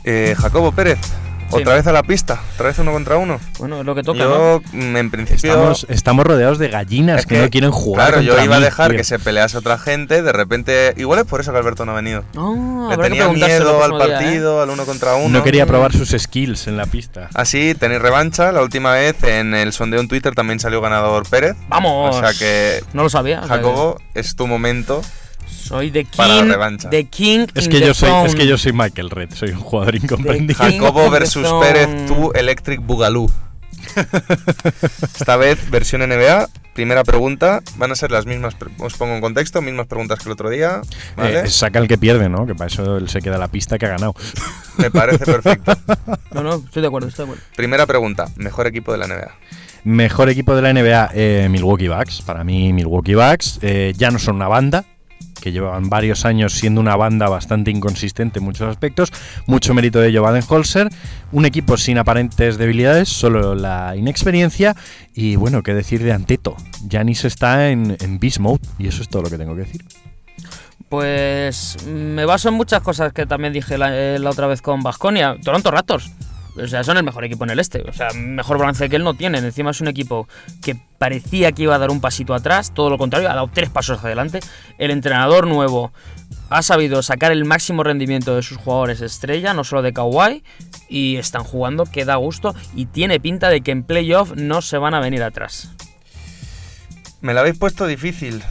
Jacobo Pérez, otra vez a la pista, otra vez 1 contra 1. Bueno, es lo que toca, Yo, ¿no? en principio... Estamos rodeados de gallinas que no quieren jugar. Claro, yo contra iba a mí, dejar tío. que se pelease otra gente, de repente... Igual es por eso que Alberto no ha venido. Le Habrá que tenía preguntárselo miedo el al próximo día, partido, al 1 contra 1. No quería probar sus skills en la pista. Así tenéis revancha. La última vez en el sondeo en Twitter también salió ganador Pérez. ¡Vamos! O sea que, No lo sabía. o sea Jacobo, es tu momento. soy the para la king. revancha. The king Es in que, the yo soy, throne. es que yo soy Michael Red, soy un jugador incomprendido. King Jacobo of the versus Throne. Pérez, tú Electric Boogaloo. Esta vez versión NBA. Primera pregunta. Van a ser las mismas, os pongo en contexto, mismas preguntas que el otro día. ¿Vale? Saca el que pierde, ¿no? Que para eso él se queda a la pista que ha ganado. Me parece perfecto. No, estoy de acuerdo, Primera pregunta. Mejor equipo de la NBA. Mejor equipo de la NBA, Milwaukee Bucks. Para mí, Milwaukee Bucks ya no son una banda, que llevaban varios años siendo una banda bastante inconsistente en muchos aspectos. Mucho mérito de ello Baden-Holzer. Un equipo sin aparentes debilidades, solo la inexperiencia. Y bueno, qué decir de Anteto. Giannis está en beast mode y eso es todo lo que tengo que decir. Pues me baso en muchas cosas que también dije la otra vez con Baskonia. Toronto Raptors. O sea, son el mejor equipo en el este. O sea, mejor balance que él no tienen. Encima es un equipo que parecía que iba a dar un pasito atrás. Todo lo contrario, ha dado 3 pasos adelante. El entrenador nuevo ha sabido sacar el máximo rendimiento de sus jugadores estrella, no solo de Kawhi. Y están jugando que da gusto. Y tiene pinta de que en playoff no se van a venir atrás. Me la habéis puesto difícil.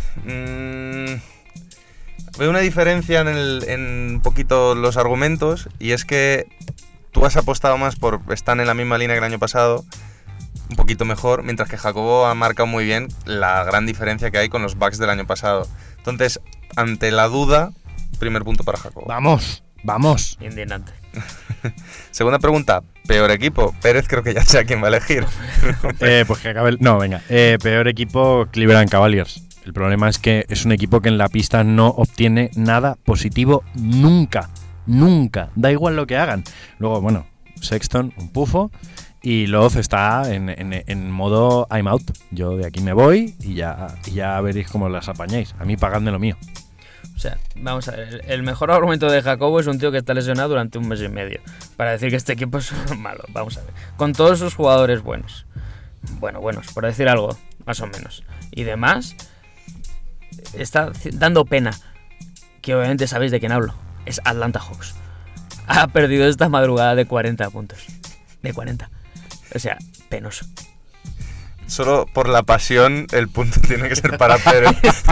Veo una diferencia en un poquito los argumentos. Y es que tú has apostado más por estar en la misma línea que el año pasado, un poquito mejor, mientras que Jacobo ha marcado muy bien la gran diferencia que hay con los Bucks del año pasado. Entonces, ante la duda, primer punto para Jacobo. Vamos. Indignante. Segunda pregunta, peor equipo. Pérez creo que ya sé a quién va a elegir. Pues que acabe No, venga. Peor equipo, Cleveland Cavaliers. El problema es que es un equipo que en la pista no obtiene nada positivo nunca. Da igual lo que hagan. Luego, bueno, Sexton, un pufo. Y Love está en modo I'm out. Yo de aquí me voy y ya veréis cómo las apañáis. A mí pagadme lo mío. O sea, vamos a ver, el mejor argumento de Jacobo es un tío que está lesionado durante 1 mes y medio para decir que este equipo es malo. Vamos a ver, con todos sus jugadores buenos, por decir algo, más o menos, y demás, está dando pena, que obviamente sabéis de quién hablo, es Atlanta Hawks. Ha perdido esta madrugada de 40 puntos, de 40, o sea, penoso. Solo por la pasión el punto tiene que ser para Pérez.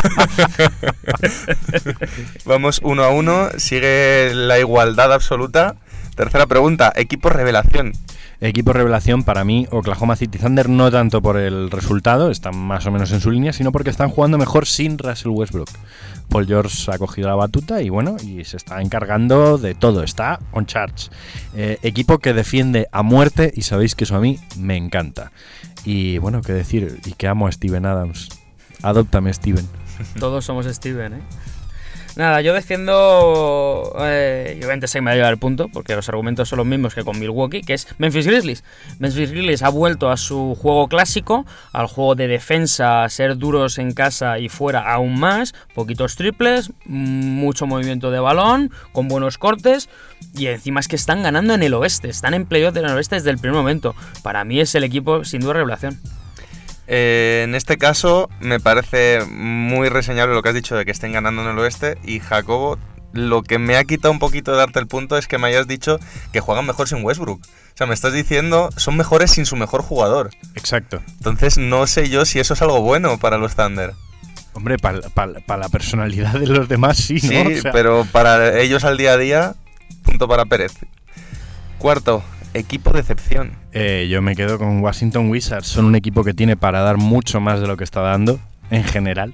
Vamos 1-1, sigue la igualdad absoluta. Tercera pregunta, equipo revelación. Equipo revelación para mí, Oklahoma City Thunder, no tanto por el resultado, están más o menos en su línea, sino porque están jugando mejor sin Russell Westbrook. Paul George ha cogido la batuta y bueno, y se está encargando de todo, está on charge. Equipo que defiende a muerte y sabéis que eso a mí me encanta. Y bueno, qué decir, y que amo a Steven Adams. Adóptame, Steven. Todos somos Steven, ¿eh? Nada, yo defiendo... y obviamente sé que me va a llevar el punto, porque los argumentos son los mismos que con Milwaukee, que es Memphis Grizzlies. Memphis Grizzlies ha vuelto a su juego clásico, al juego de defensa, a ser duros en casa y fuera aún más, poquitos triples, mucho movimiento de balón, con buenos cortes, y encima es que están ganando en el oeste, están en playoff del oeste desde el primer momento. Para mí es el equipo sin duda revelación. En este caso me parece muy reseñable lo que has dicho de que estén ganando en el oeste. Y Jacobo, lo que me ha quitado un poquito de darte el punto es que me hayas dicho que juegan mejor sin Westbrook. O sea, me estás diciendo, son mejores sin su mejor jugador. Exacto. Entonces no sé yo si eso es algo bueno para los Thunder. Hombre, para la personalidad de los demás sí, ¿no? Sí, O sea, pero para ellos al día a día, punto para Pérez. Cuarto, equipo decepción. Yo me quedo con Washington Wizards. Son un equipo que tiene para dar mucho más de lo que está dando, en general.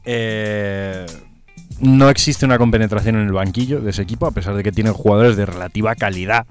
No existe una compenetración en el banquillo de ese equipo, a pesar de que tienen jugadores de relativa calidad.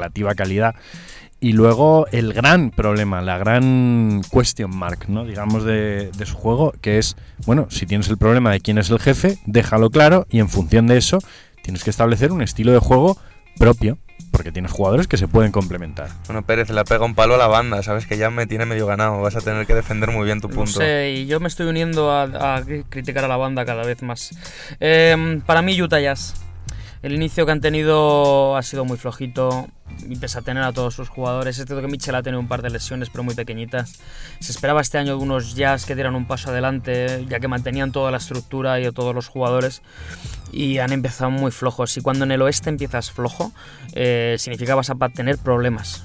Y luego el gran problema, la gran question mark, ¿no? Digamos, de su juego, que es, bueno, si tienes el problema de quién es el jefe, déjalo claro y en función de eso tienes que establecer un estilo de juego propio. Porque tienes jugadores que se pueden complementar. Bueno, Pérez le pega un palo a la banda, sabes que ya me tiene medio ganado, vas a tener que defender muy bien tu punto. No sé, y yo me estoy uniendo a criticar a la banda cada vez más. Para mí Utah Jazz. El inicio que han tenido ha sido muy flojito, y pese a tener a todos sus jugadores. Es cierto que Mitchell ha tenido un par de lesiones, pero muy pequeñitas. Se esperaba este año de unos Jazz que dieran un paso adelante, ya que mantenían toda la estructura y a todos los jugadores, y han empezado muy flojos. Y cuando en el oeste empiezas flojo, significa vas a tener problemas.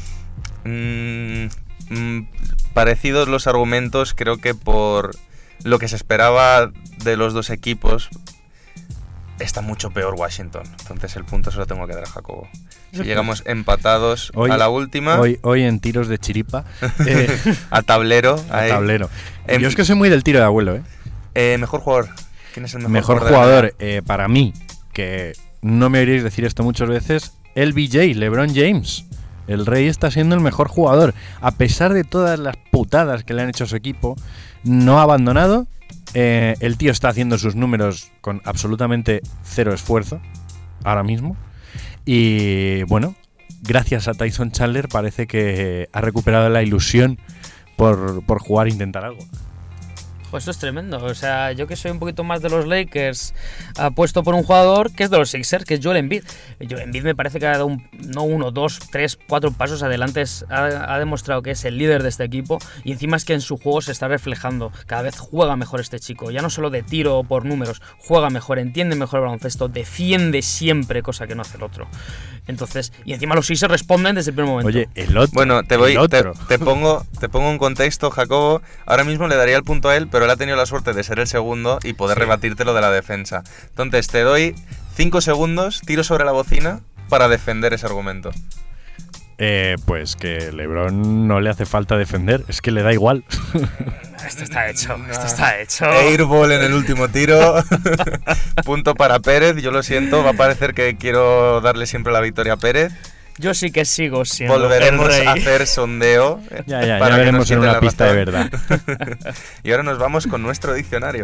Parecidos los argumentos, creo que por lo que se esperaba de los dos equipos, está mucho peor Washington. Entonces el punto se lo tengo que dar a Jacobo. Si llegamos empatados hoy, a la última... Hoy en tiros de chiripa. a tablero. A tablero. Yo es que soy muy del tiro de abuelo, mejor jugador. ¿Quién es el mejor jugador? Para mí, que no me oiréis decir esto muchas veces, LBJ, LeBron James. El Rey está siendo el mejor jugador. A pesar de todas las putadas que le han hecho a su equipo, no ha abandonado. El tío está haciendo sus números con absolutamente cero esfuerzo ahora mismo. Y bueno, gracias a Tyson Chandler parece que ha recuperado la ilusión por jugar e intentar algo. Pues esto es tremendo. O sea, yo que soy un poquito más de los Lakers, apuesto por un jugador que es de los Sixers, que es Joel Embiid. Joel Embiid me parece que ha dado no 1, 2, 3, 4 pasos adelante. Ha demostrado que es el líder de este equipo, y encima es que en su juego se está reflejando. Cada vez juega mejor este chico, ya no solo de tiro o por números, juega mejor, entiende mejor el baloncesto, defiende siempre, cosa que no hace el otro. Entonces, y encima los Sixers responden desde el primer momento. Oye, el otro. Bueno, te pongo un contexto, Jacobo. Ahora mismo le daría el punto a él, pero él ha tenido la suerte de ser el segundo y poder rebatirte lo de la defensa. Entonces te doy 5 segundos, tiro sobre la bocina para defender ese argumento. Pues que LeBron no le hace falta defender, es que le da igual. Esto está hecho. Airball en el último tiro. Punto para Pérez. Yo lo siento, va a parecer que quiero darle siempre la victoria a Pérez. Yo sí que sigo siendo Volveremos el rey. a hacer sondeo. Ya veremos en una pista de verdad. Y ahora nos vamos con nuestro diccionario.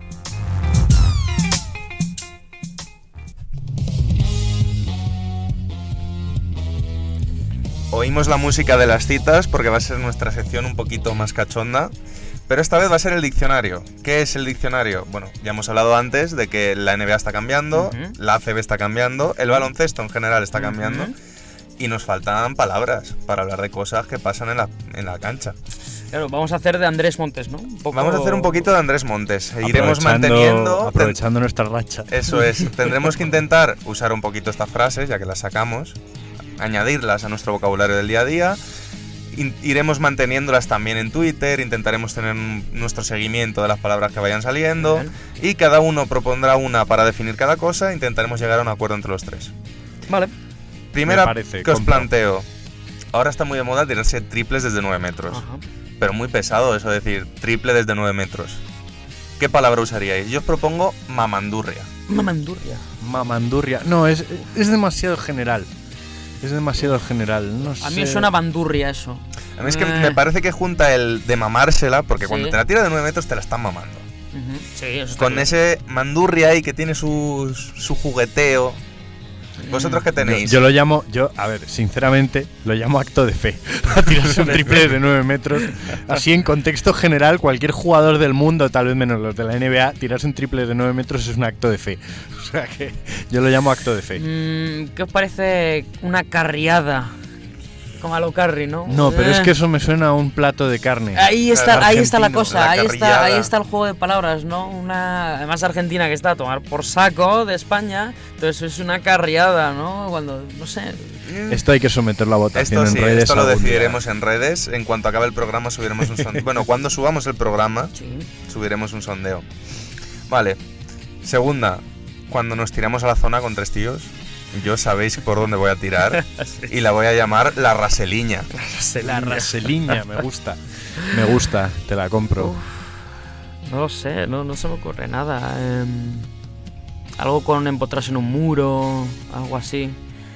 Oímos la música de las citas porque va a ser nuestra sección un poquito más cachonda, pero esta vez va a ser el diccionario. ¿Qué es el diccionario? Bueno, ya hemos hablado antes de que la NBA está cambiando, la ACB está cambiando, el baloncesto en general está cambiando, y nos faltan palabras para hablar de cosas que pasan en la cancha. Claro, vamos a hacer de Andrés Montes, ¿no? Vamos a hacer un poquito de Andrés Montes. Iremos manteniendo... Aprovechando nuestra racha. Eso es. Tendremos que intentar usar un poquito estas frases, ya que las sacamos, añadirlas a nuestro vocabulario del día a día. Iremos manteniéndolas también en Twitter, intentaremos tener nuestro seguimiento de las palabras que vayan saliendo, y cada uno propondrá una para definir cada cosa. Intentaremos llegar a un acuerdo entre los tres. Vale. Primera que os planteo. Ahora está muy de moda tirarse triples desde 9 metros. Ajá. Pero muy pesado eso de decir triple desde 9 metros. ¿Qué palabra usaríais? Yo os propongo mamandurria. Mamandurria. No, es demasiado general. Es demasiado general, no sé. A mí me suena bandurria eso. A mí es que me parece que junta el de mamársela, porque cuando te la tiras de 9 metros te la están mamando. Sí, eso está con bien. Ese mandurria ahí que tiene su jugueteo. ¿Vosotros qué tenéis? Yo lo llamo, a ver, sinceramente, lo llamo acto de fe. A tirarse un triple de 9 metros. Así, en contexto general, cualquier jugador del mundo, tal vez menos los de la NBA, tirarse un triple de 9 metros es un acto de fe. O sea que yo lo llamo acto de fe. ¿Qué os parece una carriada? Como a lo Carri, ¿no? No, pero es que eso me suena a un plato de carne. Ahí está la cosa, ahí carrillada. está el juego de palabras, ¿no? Además Argentina, que está a tomar por saco de España, entonces es una carriada, ¿no? Cuando, no sé. Esto hay que someterlo a votación en redes. Esto lo decidiremos en redes. En cuanto acabe el programa subiremos un sondeo. Bueno, cuando subamos el programa, subiremos un sondeo. Vale. Segunda, cuando nos tiramos a la zona con 3 tíos. Yo sabéis por dónde voy a tirar. Y la voy a llamar la raseliña. La raseliña, me gusta, te la compro. No lo sé, no se me ocurre nada. Algo con empotrarse en un muro, algo así.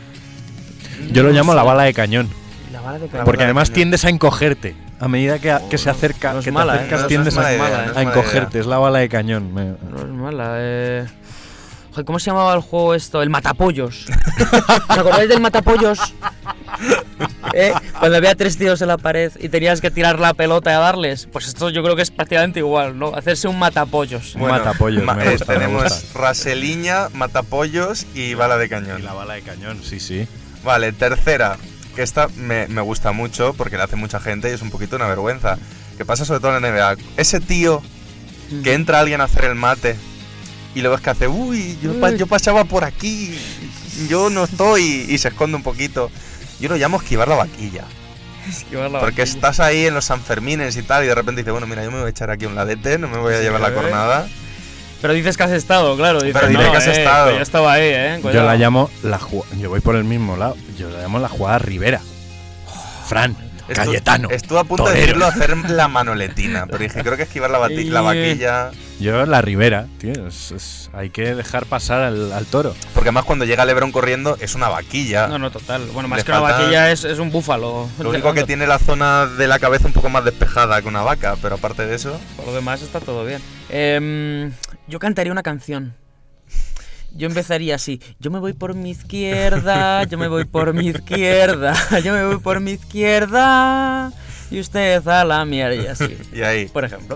Yo lo llamo la bala de cañón. La bala de cañón. Porque además tiendes a encogerte. A medida que se acerca, no es que mala, te acercas, tiendes a encogerte. Es la bala de cañón. No es mala, Joder, ¿cómo se llamaba el juego esto? El Matapollos. ¿Os acordáis del Matapollos? Cuando había 3 tíos en la pared y tenías que tirar la pelota y a darles, pues esto yo creo que es prácticamente igual, ¿no? Hacerse un matapollos. Un matapollos, me gusta, tenemos me gusta. raseliña, matapollos y bala de cañón. Y la bala de cañón, sí. Vale, tercera, que esta me gusta mucho porque la hace mucha gente y es un poquito una vergüenza. Que pasa sobre todo en la NBA. Ese tío que entra alguien a hacer el mate y luego es que hace, yo pasaba por aquí, yo no estoy, y se esconde un poquito. Yo lo llamo esquivar la vaquilla. Porque estás ahí en los Sanfermines y tal y de repente dices, bueno, mira, yo me voy a echar aquí un ladete, no me voy a llevar la cornada. Pero dices que has estado, claro. Dices, pero diré que has estado. Yo estaba ahí, Yo la llamo yo voy por el mismo lado, yo la llamo la jugada Rivera. Fran, Cayetano. Estuve a punto de decirlo, hacer la manoletina, pero dije, creo que esquivar la vaquilla. Yo la Rivera, tío, hay que dejar pasar al toro. Porque además cuando llega LeBron corriendo es una vaquilla. No, total. Bueno, más que una vaquilla es un búfalo. Lo único que tiene la zona de la cabeza un poco más despejada que una vaca, pero aparte de eso... Por lo demás está todo bien. Yo cantaría una canción. Yo empezaría así, yo me voy por mi izquierda, yo me voy por mi izquierda, yo me voy por mi izquierda y usted a la mierda y así. Y ahí. Por ejemplo.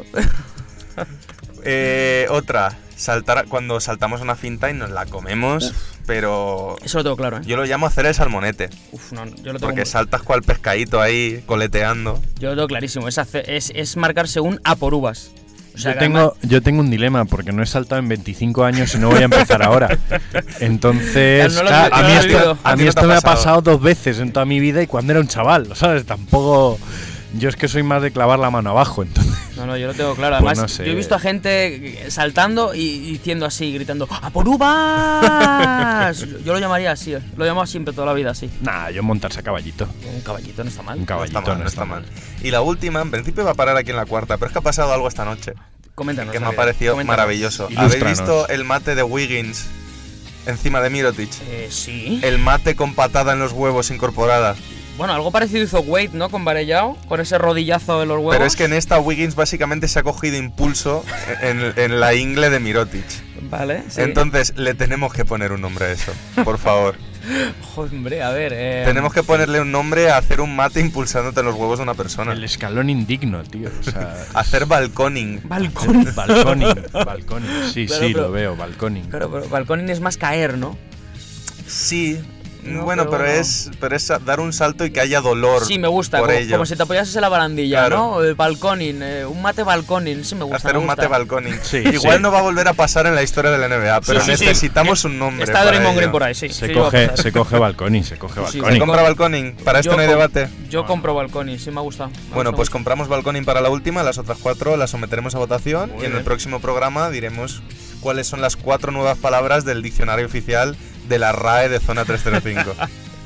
Otra, cuando saltamos una finta y nos la comemos, pero... Eso lo tengo claro, ¿eh? Yo lo llamo hacer el salmonete. No, yo lo tengo porque saltas cual pescadito ahí, coleteando. Yo lo tengo clarísimo, es marcarse un a por uvas. O sea, yo tengo un dilema porque no he saltado en 25 años y no voy a empezar ahora. Entonces, a mí esto me ha pasado 2 veces en toda mi vida y cuando era un chaval, ¿sabes? Tampoco... Yo es que soy más de clavar la mano abajo, entonces... No, yo lo tengo claro. Además, no sé. Yo he visto a gente saltando y diciendo así, gritando ¡a por uvas! Yo lo llamaría así, lo llamo siempre toda la vida así. Nah, yo montarse a caballito. Un caballito no está mal. Un caballito no está mal. Y la última, en principio va a parar aquí en la cuarta, pero es que ha pasado algo esta noche. Coméntanos. Que me ha parecido maravilloso. ¿Habéis visto el mate de Wiggins encima de Mirotic? Sí. El mate con patada en los huevos incorporada. Bueno, algo parecido hizo Wade, ¿no? Con Varellao, con ese rodillazo de los huevos. Pero es que en esta Wiggins básicamente se ha cogido impulso en la ingle de Mirotic. Vale, sí. Entonces le tenemos que poner un nombre a eso, por favor. Hombre, a ver... Tenemos que ponerle un nombre a hacer un mate impulsándote en los huevos de una persona. El escalón indigno, tío. O sea, hacer balconing. Balconing. Balconing. Sí, claro, sí, pero, lo veo, balconing. Claro, pero balconing es más caer, ¿no? Sí. No, bueno, pero es dar un salto y que haya dolor. Sí, me gusta, como si te apoyases en la barandilla, claro. ¿no? El balconing, un mate balconing, sí me gusta. Hacer un mate balconing. Sí, igual no va a volver a pasar en la historia de la NBA, pero necesitamos un nombre. Está Draymond Green por ahí, sí. Se coge balconing. ¿Se compra balconing? Para esto no hay debate. Yo compro balconing, sí me ha gustado. Bueno, pues compramos balconing para la última, las otras 4 las someteremos a votación y en el próximo programa diremos cuáles son las 4 nuevas palabras del diccionario oficial de la RAE de Zona 305.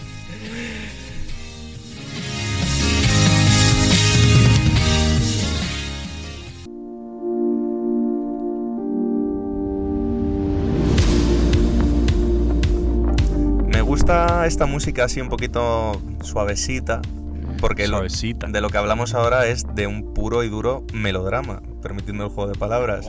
Me gusta esta música así un poquito suavecita, porque de lo que hablamos ahora es de un puro y duro melodrama, permitiendo el juego de palabras.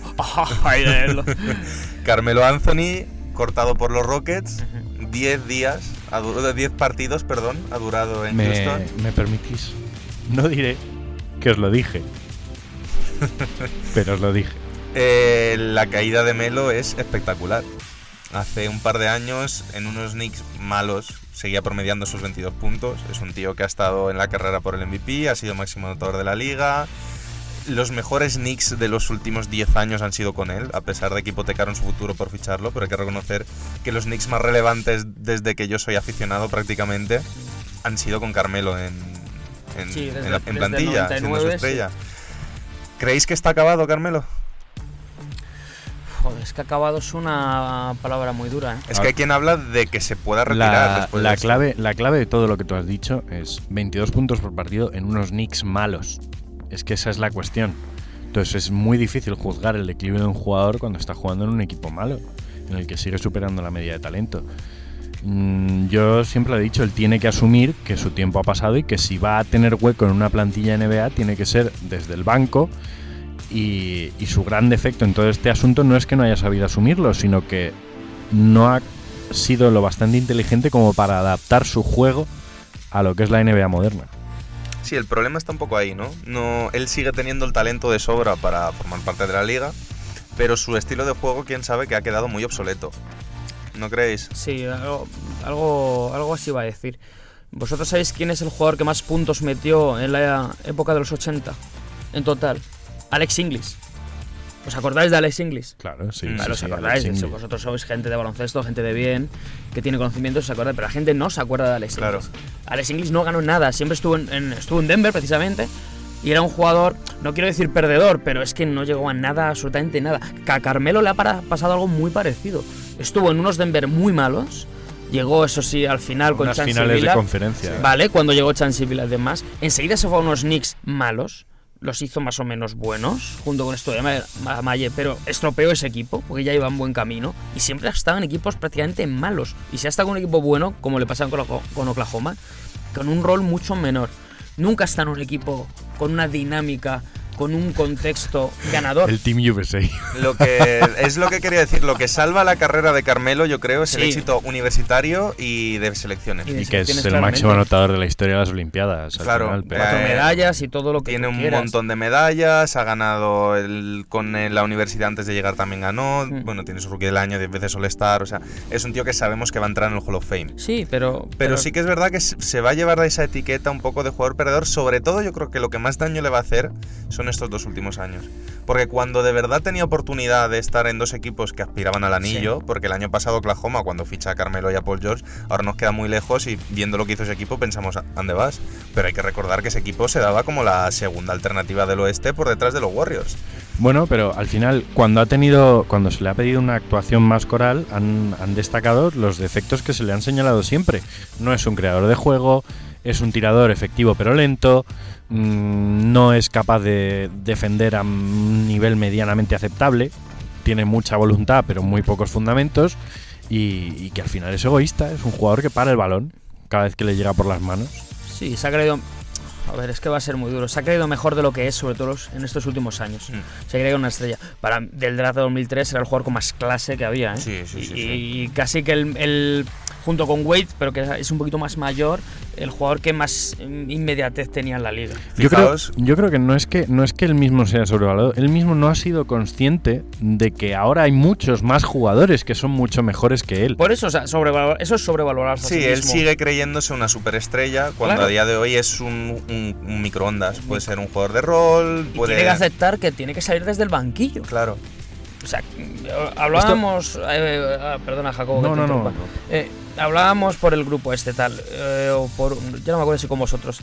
Carmelo Anthony, cortado por los Rockets, 10 partidos, ha durado en Houston. ¿Me permitís? No diré que os lo dije, pero os lo dije. La caída de Melo es espectacular. Hace un par de años, en unos Knicks malos, seguía promediando sus 22 puntos. Es un tío que ha estado en la carrera por el MVP, ha sido máximo anotador de la liga. Los mejores Knicks de los últimos 10 años han sido con él, a pesar de que hipotecaron su futuro por ficharlo, pero hay que reconocer que los Knicks más relevantes desde que yo soy aficionado prácticamente han sido con Carmelo en plantilla, siendo su estrella. Sí. ¿Creéis que está acabado Carmelo? Joder, es que acabado es una palabra muy dura, ¿eh? Es que hay quien habla de que se pueda retirar después de esto. La clave de todo lo que tú has dicho es 22 puntos por partido en unos Knicks malos. Es que esa es la cuestión. Entonces es muy difícil juzgar el declive de un jugador cuando está jugando en un equipo malo, en el que sigue superando la media de talento. Yo siempre he dicho, él tiene que asumir que su tiempo ha pasado y que si va a tener hueco en una plantilla NBA tiene que ser desde el banco. Y su gran defecto en todo este asunto no es que no haya sabido asumirlo, sino que no ha sido lo bastante inteligente como para adaptar su juego a lo que es la NBA moderna. Sí, el problema está un poco ahí, ¿no? Él sigue teniendo el talento de sobra para formar parte de la liga, pero su estilo de juego, quién sabe, que ha quedado muy obsoleto. ¿No creéis? Sí, algo así va a decir. ¿Vosotros sabéis quién es el jugador que más puntos metió en la época de los 80? En total. Alex Inglis. ¿Os acordáis de Alex Inglis? Claro, sí. Vale, sí, os acordáis. Alex Inglis. Vosotros sois gente de baloncesto, gente de bien, que tiene conocimientos, se acuerda, pero la gente no se acuerda de Alex Claro. Inglis. Alex Inglis no ganó nada, siempre estuvo en Denver precisamente, y era un jugador, no quiero decir perdedor, pero es que no llegó a nada, absolutamente nada. Que a Carmelo le ha pasado algo muy parecido. Estuvo en unos Denver muy malos, llegó, eso sí, al final con Unas Chancey finales Billups. de conferencia. Vale, cuando llegó Chancey Billups además. Enseguida se fue a unos Knicks malos. Los hizo más o menos buenos, junto con esto de Maye, pero estropeó ese equipo, porque ya iba en buen camino, y siempre ha estado en equipos prácticamente malos. Y si ha estado con un equipo bueno, como le pasaba con Oklahoma, con un rol mucho menor. Nunca está en un equipo con una dinámica, con un contexto ganador. El Team USA. Es lo que quería decir. Lo que salva la carrera de Carmelo, yo creo, es el Sí. éxito universitario y de selecciones. Y de Y que es selecciones, el claramente. máximo anotador de la historia de las Olimpiadas. al Claro, final, pero- 4 medallas y todo lo que Tiene tú un quieras. montón de medallas, ha ganado con la universidad antes de llegar también ganó, bueno, tiene su rookie del año, 10 veces All-Star, o sea, es un tío que sabemos que va a entrar en el Hall of Fame. Sí, pero Pero sí que es verdad que se va a llevar esa etiqueta un poco de jugador perdedor, sobre todo yo creo que lo que más daño le va a hacer son estos 2 últimos años. Porque cuando de verdad tenía oportunidad de estar en 2 equipos que aspiraban al anillo, Sí. porque el año pasado Oklahoma, cuando ficha a Carmelo y a Paul George, ahora nos queda muy lejos y viendo lo que hizo ese equipo pensamos, ¿a dónde vas? Pero hay que recordar que ese equipo se daba como la segunda alternativa del oeste por detrás de los Warriors. Bueno, pero al final, cuando se le ha pedido una actuación más coral, han destacado los defectos que se le han señalado siempre. No es un creador de juego, es un tirador efectivo pero lento, no es capaz de defender a un nivel medianamente aceptable, tiene mucha voluntad pero muy pocos fundamentos y que al final es egoísta, es un jugador que para el balón cada vez que le llega por las manos. sí, se ha creído. A ver, es que va a ser muy duro. Se ha creído mejor de lo que es, sobre todo en estos últimos años. Se ha creído una estrella. Del draft de 2003 era el jugador con más clase que había, ¿eh? Sí. Y casi que el junto con Wade, pero que es un poquito más mayor, el jugador que más inmediatez tenía en la liga. Yo Fijaos, creo que no es que él mismo sea sobrevalorado, él mismo no ha sido consciente de que ahora hay muchos más jugadores que son mucho mejores que él. Por eso, o sea, eso es sobrevalorarse a sí, sí él mismo. sigue creyéndose una superestrella cuando Claro. a día de hoy es un microondas. Puede ser un jugador de rol, Y puede... tiene que aceptar que tiene que salir desde el banquillo. Claro. O sea, hablábamos. Perdona, Jacobo. que te interrumpa. Hablábamos por el grupo tal. Ya no me acuerdo si con vosotros.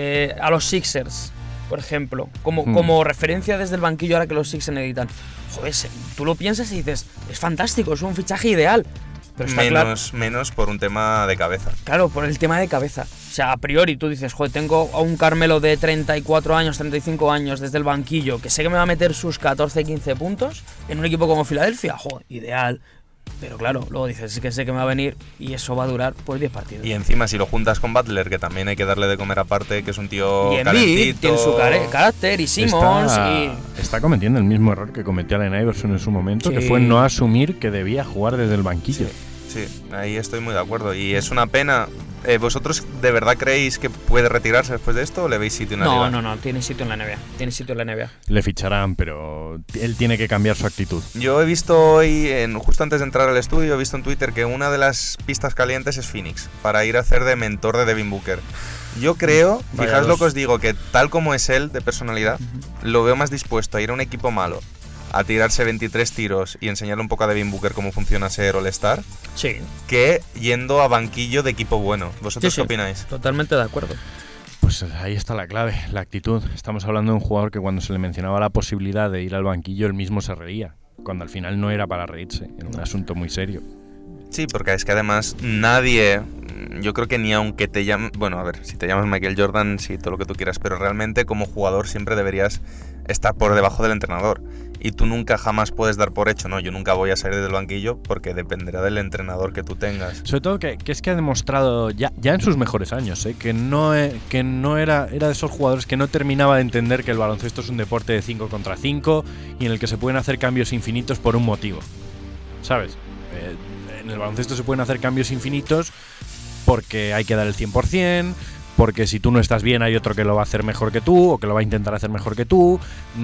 A los Sixers, por ejemplo. Como referencia desde el banquillo ahora que los Sixers necesitan. Joder, tú lo piensas y dices, es fantástico, es un fichaje ideal. Pero está Menos por un tema de cabeza. Claro, por el tema de cabeza. O sea, a priori tú dices, joder, tengo a un Carmelo de 34 años, 35 años desde el banquillo, que sé que me va a meter sus 14, 15 puntos en un equipo como Filadelfia. Joder, ideal. Pero claro, luego dices, es que sé que me va a venir y eso va a durar pues 10 partidos. Y encima si lo juntas con Butler, que también hay que darle de comer aparte, que es un tío Y Embiid calentito. tiene su carácter, y Simmons, está cometiendo el mismo error que cometió Allen Iverson en su momento, Sí. que fue no asumir que debía jugar desde el banquillo. Sí, ahí estoy muy de acuerdo. Y es una pena. ¿Vosotros de verdad creéis que puede retirarse después de esto o le veis sitio en la liga? No, tiene sitio en la NBA. Tiene sitio en la NBA. Le ficharán, pero él tiene que cambiar su actitud. Yo he visto hoy, justo antes de entrar al estudio, he visto en Twitter que una de las pistas calientes es Phoenix, para ir a hacer de mentor de Devin Booker. Yo creo, Vaya fijaos lo dos. que os digo, que tal como es él de personalidad, lo veo más dispuesto a ir a un equipo malo, a tirarse 23 tiros y enseñarle un poco a Devin Booker cómo funciona ser All-Star, Sí, que yendo a banquillo de equipo bueno. ¿Vosotros Sí, qué opináis? totalmente de acuerdo. Pues ahí está la clave, la actitud. Estamos hablando de un jugador que cuando se le mencionaba la posibilidad de ir al banquillo, él mismo se reía, cuando al final no era para reírse, era un asunto muy serio. Sí, porque es que además nadie, yo creo que ni aunque te llames, bueno, a ver, si te llamas Michael Jordan, sí, todo lo que tú quieras, pero realmente como jugador siempre deberías estar por debajo del entrenador. Y tú nunca jamás puedes dar por hecho, no, yo nunca voy a salir del banquillo porque dependerá del entrenador que tú tengas. Sobre todo que es que ha demostrado ya en sus mejores años, que no era de esos jugadores que no terminaba de entender que el baloncesto es un deporte de 5 contra 5 y en el que se pueden hacer cambios infinitos por un motivo, ¿sabes? En el baloncesto se pueden hacer cambios infinitos porque hay que dar el 100%, porque si tú no estás bien hay otro que lo va a hacer mejor que tú o que lo va a intentar hacer mejor que tú,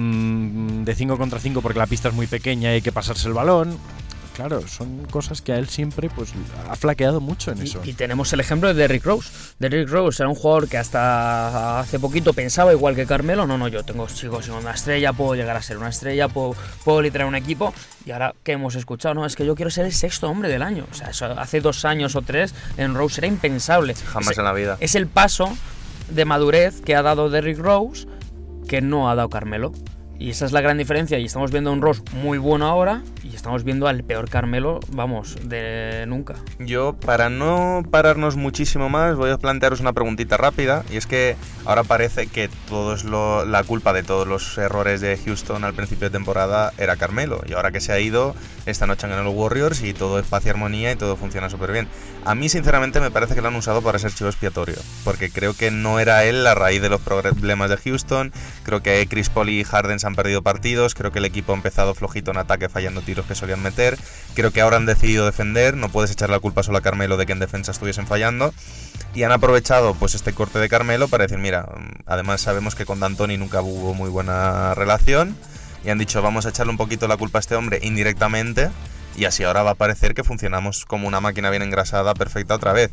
de 5 contra 5 porque la pista es muy pequeña y hay que pasarse el balón. Claro, son cosas que a él siempre pues ha flaqueado mucho en eso. Y tenemos el ejemplo de Derrick Rose. Derrick Rose era un jugador que hasta hace poquito pensaba igual que Carmelo. No, yo sigo siendo una estrella, puedo llegar a ser una estrella, puedo liderar un equipo. Y ahora, ¿qué hemos escuchado? No, es que yo quiero ser el sexto hombre del año. O sea, eso hace 2 años o 3 en Rose era impensable. Jamás en la vida. Es el paso de madurez que ha dado Derrick Rose que no ha dado Carmelo. Y esa es la gran diferencia. Y estamos viendo a un Rose muy bueno ahora y estamos viendo al peor Carmelo, vamos, de nunca. Yo, para no pararnos muchísimo más, voy a plantearos una preguntita rápida. Y es que ahora parece que todo es la culpa de todos los errores de Houston al principio de temporada era Carmelo. Y ahora que se ha ido, esta noche han ganado los Warriors y todo es paz y armonía y todo funciona súper bien. A mí, sinceramente, me parece que lo han usado para ser chivo expiatorio. Porque creo que no era él la raíz de los problemas de Houston. Creo que Chris Paul y Harden se han perdido partidos. Creo que el equipo ha empezado flojito en ataque, fallando tiros que solían meter. Creo que ahora han decidido defender. No puedes echar la culpa solo a Carmelo de que en defensa estuviesen fallando. Y han aprovechado pues este corte de Carmelo para decir, mira, además sabemos que con D'Antoni nunca hubo muy buena relación. Y han dicho, vamos a echarle un poquito la culpa a este hombre indirectamente. Y así ahora va a parecer que funcionamos como una máquina bien engrasada, perfecta otra vez.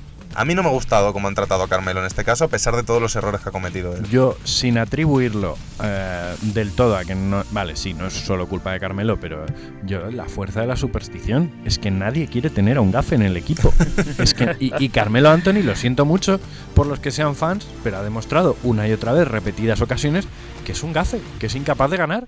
A mí no me ha gustado cómo han tratado a Carmelo en este caso, a pesar de todos los errores que ha cometido él. Yo, sin atribuirlo del todo a que no... Vale, sí, no es solo culpa de Carmelo, pero yo, la fuerza de la superstición es que nadie quiere tener a un gafe en el equipo. Es que, y Carmelo Anthony, lo siento mucho por los que sean fans, pero ha demostrado una y otra vez, repetidas ocasiones, que es un gafe, que es incapaz de ganar.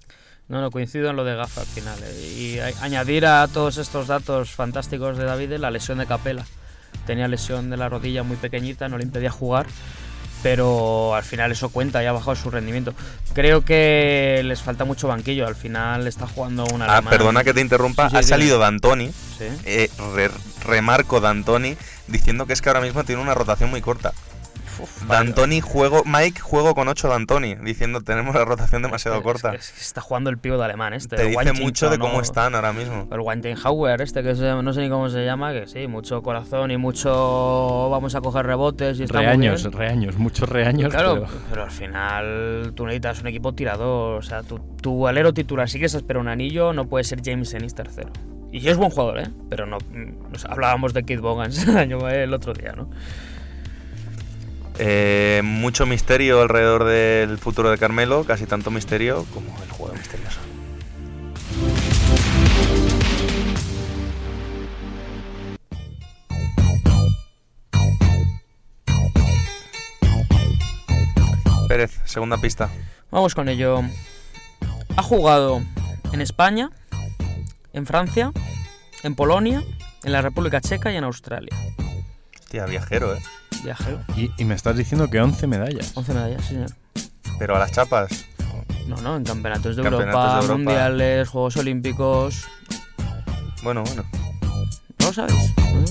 No, coincido en lo de Gafa al final. Y añadir a todos estos datos fantásticos de David la lesión de Capela. Tenía lesión de la rodilla muy pequeñita, no le impedía jugar, pero al final eso cuenta y ha bajado su rendimiento. Creo que les falta mucho banquillo, al final está jugando un alemán. Perdona que te interrumpa, Sí, ha salido D'Antoni, ¿sí? Remarco D'Antoni, diciendo que es que ahora mismo tiene una rotación muy corta. D'Antoni, Mike juego con 8 D'Antoni, diciendo tenemos la rotación demasiado corta. Es que está jugando el pío de alemán Te dice mucho de cómo están ahora mismo. El Weintenhauer que no sé ni cómo se llama, que sí, mucho corazón y mucho vamos a coger rebotes y está muchos reaños. Claro, pero al final tú necesitas un equipo tirador, o sea, tu alero titular, si quieres esperar un anillo, no puede ser James Ennis tercero. Y es buen jugador, pero no, hablábamos de Kid Bogans el otro día, ¿no? Mucho misterio alrededor del futuro de Carmelo, casi tanto misterio como el juego misterioso. Pérez, segunda pista. Vamos con ello. Ha jugado en España, en Francia, en Polonia, en la República Checa y en Australia. Hostia, viajero, Viajero. Y me estás diciendo que 11 medallas. 11 medallas, sí, señor. Pero a las chapas. No, en campeonatos de Europa, mundiales, Juegos Olímpicos. Bueno. ¿No lo sabéis?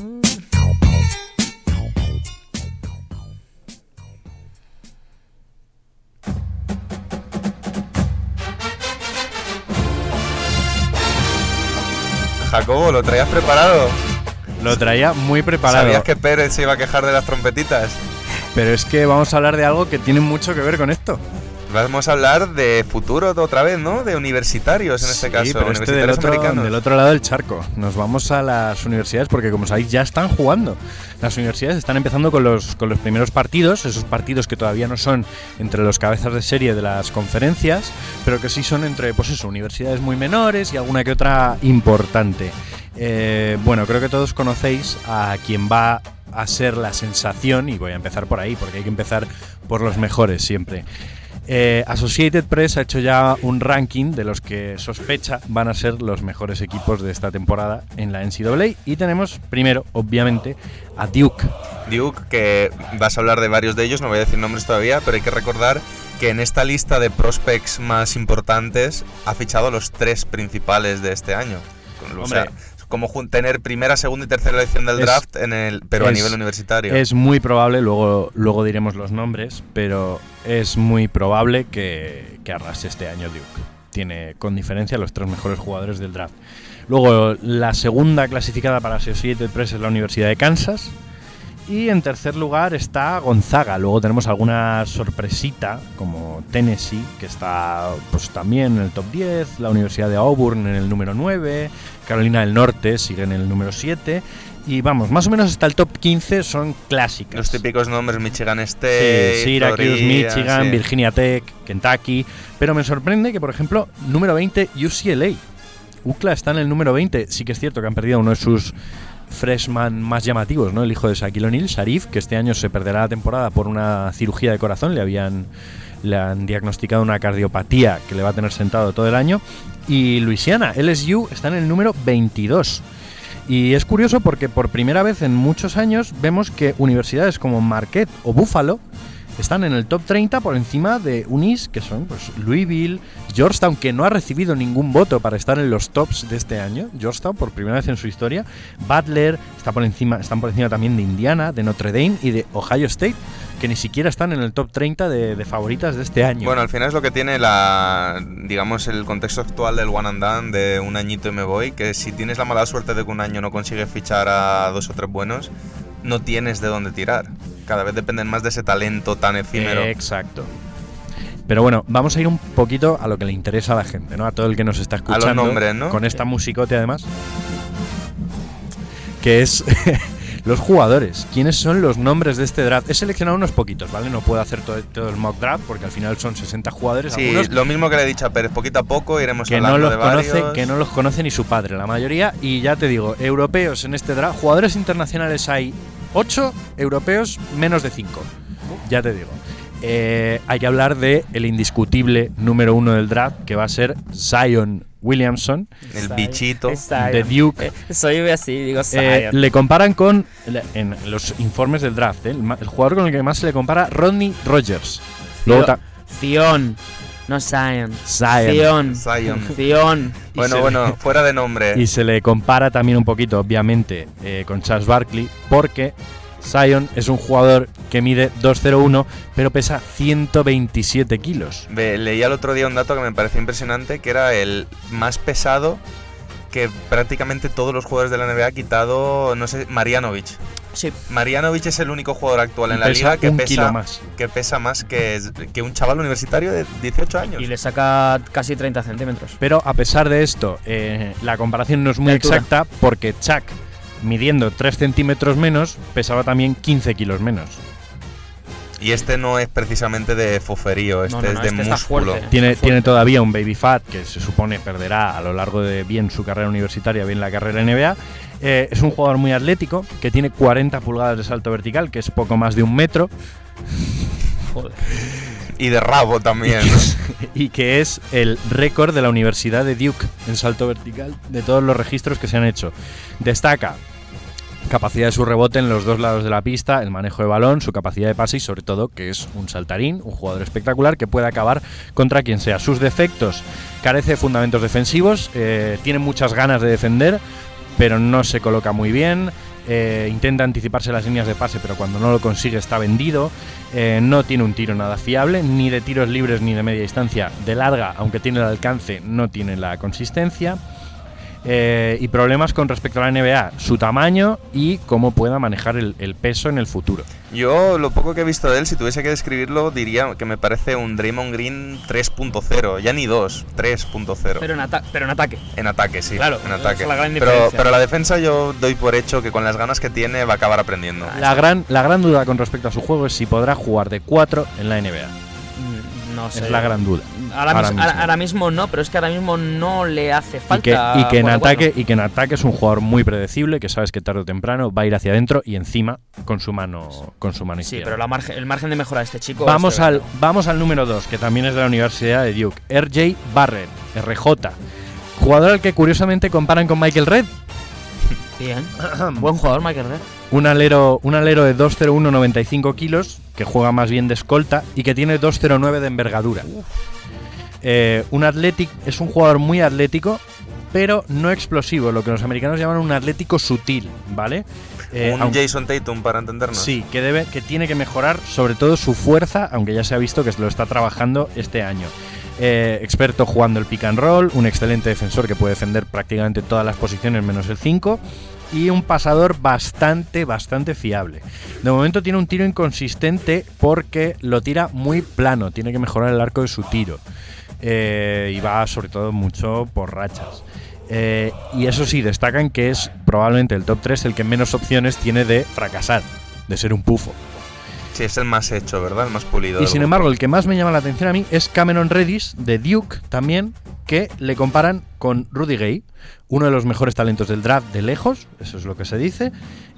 Jacobo, ¿lo traías preparado? Lo traía muy preparado. ¿Sabías que Pérez se iba a quejar de las trompetitas? Pero es que vamos a hablar de algo que tiene mucho que ver con esto. Vamos a hablar de futuro otra vez, ¿no? De universitarios en este caso, pero universitarios americanos. Del otro lado del charco. Nos vamos a las universidades porque, como sabéis, ya están jugando. Las universidades están empezando con los primeros partidos, esos partidos que todavía no son entre los cabezas de serie de las conferencias, pero que sí son entre, universidades muy menores y alguna que otra importante. Bueno, creo que todos conocéis a quien va a ser la sensación, y voy a empezar por ahí, porque hay que empezar por los mejores siempre. Associated Press ha hecho ya un ranking de los que sospecha van a ser los mejores equipos de esta temporada en la NCAA, y tenemos primero, obviamente, a Duke. Duke, que vas a hablar de varios de ellos, no voy a decir nombres todavía, pero hay que recordar que en esta lista de prospects más importantes ha fichado los 3 principales de este año. O sea, como tener primera, segunda y tercera elección del draft pero a nivel universitario. Es muy probable, luego diremos los nombres, pero es muy probable que arrase este año Duke. Tiene con diferencia los 3 mejores jugadores del draft. Luego, la segunda clasificada para Associated Press es la Universidad de Kansas. Y en tercer lugar está Gonzaga. Luego tenemos alguna sorpresita como Tennessee, que está pues también en el top 10, la Universidad de Auburn en el número 9, Carolina del Norte sigue en el número 7. Y vamos, más o menos hasta el top 15 son clásicas. Los típicos nombres: Michigan State, sí, Syracuse, Florida, Michigan, sí. Virginia Tech, Kentucky. Pero me sorprende que, por ejemplo, número 20, UCLA. UCLA está en el número 20. Sí que es cierto que han perdido uno de sus freshman más llamativos, ¿no? El hijo de Shaquille O'Neal, Sharif, que este año se perderá la temporada por una cirugía de corazón. Le han diagnosticado una cardiopatía que le va a tener sentado todo el año. Y Luisiana, LSU, está en el número 22. Y es curioso porque por primera vez en muchos años vemos que universidades como Marquette o Buffalo están en el top 30 por encima de unis que son pues Louisville, Georgetown, que no ha recibido ningún voto para estar en los tops de este año. Georgetown por primera vez en su historia. Butler están por encima también de Indiana, de Notre Dame y de Ohio State, que ni siquiera están en el top 30 de favoritas de este año. Bueno, al final es lo que tiene digamos, el contexto actual del one and done, de un añito y me voy, que si tienes la mala suerte de que un año no consigues fichar a 2 o 3 buenos, no tienes de dónde tirar. Cada vez dependen más de ese talento tan efímero. Exacto. Pero bueno, vamos a ir un poquito a lo que le interesa a la gente, ¿no? A todo el que nos está escuchando. A los nombres, ¿no? Con esta musicote, además. Que es los jugadores. ¿Quiénes son los nombres de este draft? He seleccionado unos poquitos, ¿vale? No puedo hacer todo el mock draft porque al final son 60 jugadores. Sí, algunos lo mismo que le he dicho a Pérez, poquito a poco iremos que hablando no los de conoce, varios. que no los conoce ni su padre, la mayoría. Y ya te digo, europeos en este draft, jugadores internacionales hay 8, europeos menos de 5. Ya te digo. Hay que hablar de el indiscutible número 1 del draft, que va a ser Zion Williamson, El bichito. de Duke. Soy así, digo Zion. Le comparan con, en los informes del draft, el jugador con el que más se le compara, Rodney Rogers. Luego Zion, no Zion. Zion. Zion. Bueno, fuera de nombre. Y se le compara también un poquito, obviamente, con Charles Barkley, porque Zion es un jugador que mide 2'01", pero pesa 127 kilos. Leí el otro día un dato que me pareció impresionante, que era el más pesado que prácticamente todos los jugadores de la NBA, quitado, no sé, Marjanovic. Sí. Marjanovic es el único jugador actual en la Pesa liga que un kilo más. pesa más que un chaval universitario de 18 años. Y le saca casi 30 centímetros. Pero a pesar de esto, la comparación no es muy De altura. exacta, porque Chuck, midiendo 3 centímetros menos, pesaba también 15 kilos menos. Y este no es precisamente de foferío, este es de está músculo. fuerte. Tiene todavía un baby fat que se supone perderá a lo largo de bien su carrera universitaria, bien la carrera NBA. Es un jugador muy atlético, que tiene 40 pulgadas de salto vertical, que es poco más de 1 metro. Joder. Y de rabo también. Y que es el récord de la Universidad de Duke en salto vertical de todos los registros que se han hecho. Destaca capacidad de su rebote en los dos lados de la pista, el manejo de balón, su capacidad de pase y sobre todo que es un saltarín, un jugador espectacular que puede acabar contra quien sea. Sus defectos: carece de fundamentos defensivos, tiene muchas ganas de defender, pero no se coloca muy bien. Intenta anticiparse las líneas de pase, pero cuando no lo consigue está vendido. No tiene un tiro nada fiable, ni de tiros libres ni de media distancia. De larga, aunque tiene el alcance, no tiene la consistencia. Y problemas con respecto a la NBA: su tamaño y cómo pueda manejar el peso en el futuro. Yo, lo poco que he visto de él, si tuviese que describirlo, diría que me parece un Draymond Green 3.0. Ya ni 2, 3.0. Pero en ataque. En ataque, sí. Claro, en esa ataque. es la gran diferencia. Pero la defensa yo doy por hecho que con las ganas que tiene va a acabar aprendiendo. La gran duda con respecto a su juego es si podrá jugar de 4 en la NBA. No sé. Es la gran duda. Ahora mismo no, pero es que ahora mismo no le hace falta. Y que en jugar ataque es un jugador muy predecible, que sabes que tarde o temprano va a ir hacia adentro y encima con su mano izquierda. Sí, pero el margen de mejora de este chico. Vamos al número 2, que también es de la Universidad de Duke. RJ Barrett, RJ. Jugador al que curiosamente comparan con Michael Redd. Bien. Buen jugador, Michael Redd. Un alero de 2'01", 95 kilos, que juega más bien de escolta y que tiene 2'09" de envergadura. Es un jugador muy atlético, pero no explosivo, lo que los americanos llaman un atlético sutil, ¿vale? Jason Tatum, para entendernos. Sí, que tiene que mejorar sobre todo su fuerza, aunque ya se ha visto que lo está trabajando este año. Experto jugando el pick and roll, un excelente defensor que puede defender prácticamente todas las posiciones menos el 5, y un pasador bastante fiable. De momento tiene un tiro inconsistente porque lo tira muy plano, tiene que mejorar el arco de su tiro. Y va sobre todo mucho por rachas. Y eso sí, destacan que es probablemente el top 3 el que menos opciones tiene de fracasar, de ser un pufo. Sí, es el más hecho, ¿verdad? El más pulido. Y sin embargo, el que más me llama la atención a mí es Cameron Reddish, de Duke también, que le comparan con Rudy Gay, uno de los mejores talentos del draft de lejos, eso es lo que se dice.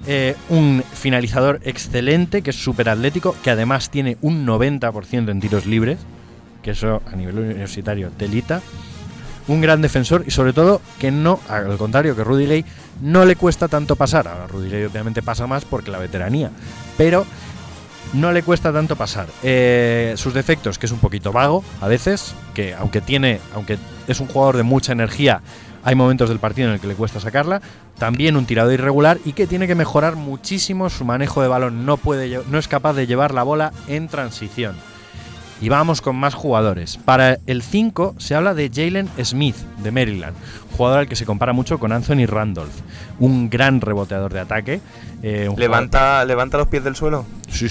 Un finalizador excelente, que es súper atlético, que además tiene un 90% en tiros libres, que eso a nivel universitario telita. Un gran defensor y sobre todo que no, al contrario que Rudy Gay, no le cuesta tanto pasar. A Rudy Gay obviamente pasa más porque la veteranía, pero no le cuesta tanto pasar. Sus defectos, que es un poquito vago a veces, que aunque es un jugador de mucha energía, hay momentos del partido en el que le cuesta sacarla. También un tirador irregular y que tiene que mejorar muchísimo su manejo de balón. No es capaz de llevar la bola en transición. Y vamos con más jugadores. Para el 5 se habla de Jalen Smith, de Maryland, jugador al que se compara mucho con Anthony Randolph, un gran reboteador de ataque. ¿Levanta los pies del suelo? Sí.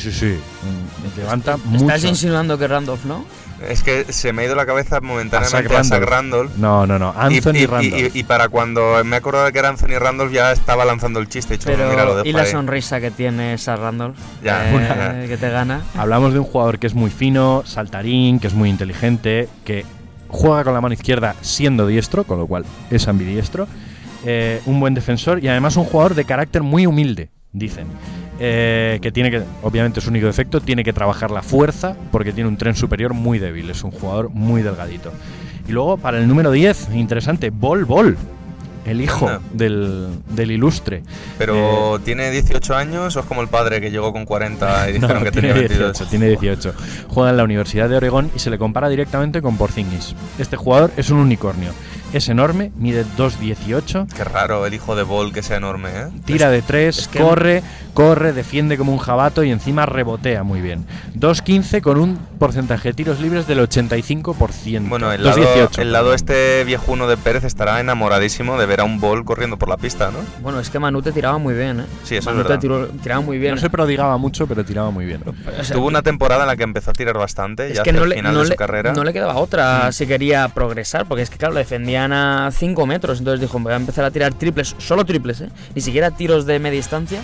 Levanta mucho. Estás insinuando que Randolph, ¿no? Es que se me ha ido la cabeza momentáneamente a Zach Randolph. No, Anthony Randolph. Y para cuando me he acordado de que era Anthony Randolph ya estaba lanzando el chiste. Pero, mira, lo dejo ¿y la ahí. sonrisa que tiene esa Randolph? Ya. Que te gana. Hablamos de un jugador que es muy fino, saltarín, que es muy inteligente, que juega con la mano izquierda siendo diestro, con lo cual es ambidiestro. Un buen defensor y además un jugador de carácter muy humilde, dicen. Que tiene que, obviamente su único defecto, tiene que trabajar la fuerza porque tiene un tren superior muy débil, es un jugador muy delgadito. Y luego para el número 10, interesante, Bol, el hijo del ilustre. Pero ¿tiene 18 años o es como el padre que llegó con 40 y dijeron que tenía 22? Tiene 18. Juega en la Universidad de Oregón y se le compara directamente con Porzingis. Este jugador es un unicornio. Es enorme, mide 2,18. Qué raro el hijo de Ball que sea enorme, ¿eh? Tira de 3, corre, defiende como un jabato y encima rebotea muy bien. 2,15 con un porcentaje de tiros libres del 85%. Bueno, el 2,18. lado este viejuno de Pérez estará enamoradísimo de ver a un Ball corriendo por la pista, ¿no? Bueno, es que Manute tiraba muy bien, ¿eh? Sí, eso Manute es verdad. tiraba muy bien. No se prodigaba mucho, pero tiraba muy bien. O sea, Tuvo una temporada en la que empezó a tirar bastante, es ya que hacia el final de su carrera. No le quedaba otra si quería progresar, porque es que claro, le defendían a 5 metros, entonces dijo, voy a empezar a tirar triples, solo triples, ni siquiera tiros de media distancia.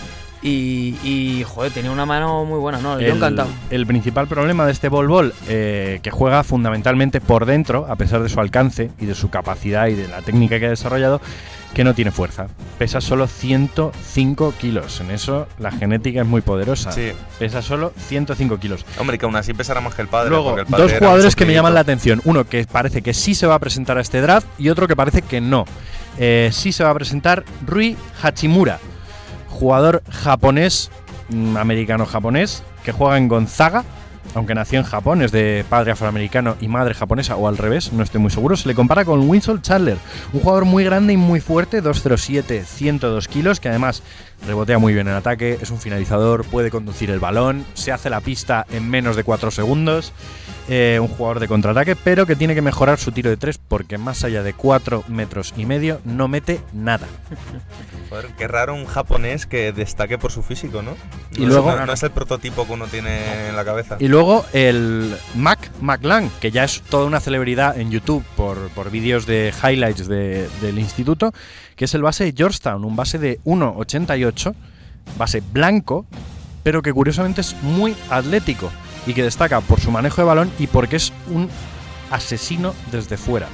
Y joder, tenía una mano muy buena, ¿no? Yo encantado. El principal problema de este Bol, que juega fundamentalmente por dentro, a pesar de su alcance y de su capacidad y de la técnica que ha desarrollado, que no tiene fuerza. Pesa solo 105 kilos. En eso la genética es muy poderosa. Sí. Pesa solo 105 kilos. Hombre, que aún así pesará más que el padre. Luego, porque el padre dos era jugadores que me un llaman la sopidito. atención. Uno que parece que sí se va a presentar a este draft y otro que parece que no. Sí se va a presentar Rui Hachimura, jugador japonés, americano-japonés, que juega en Gonzaga, aunque nació en Japón, es de padre afroamericano y madre japonesa, o al revés, no estoy muy seguro. Se le compara con Winston Chandler, un jugador muy grande y muy fuerte, 2'07", 102 kilos, que además rebotea muy bien en ataque, es un finalizador, puede conducir el balón, se hace la pista en menos de 4 segundos. Un jugador de contraataque, pero que tiene que mejorar su tiro de 3 porque más allá de 4,5 metros no mete nada. Joder, qué raro un japonés que destaque por su físico, ¿no? Y luego no es el prototipo que uno tiene en la cabeza. Y luego el McLang, que ya es toda una celebridad en YouTube por vídeos de highlights del instituto, que es el base de Georgetown, un base de 1,88, base blanco, pero que curiosamente es muy atlético y que destaca por su manejo de balón y porque es un asesino desde fuera.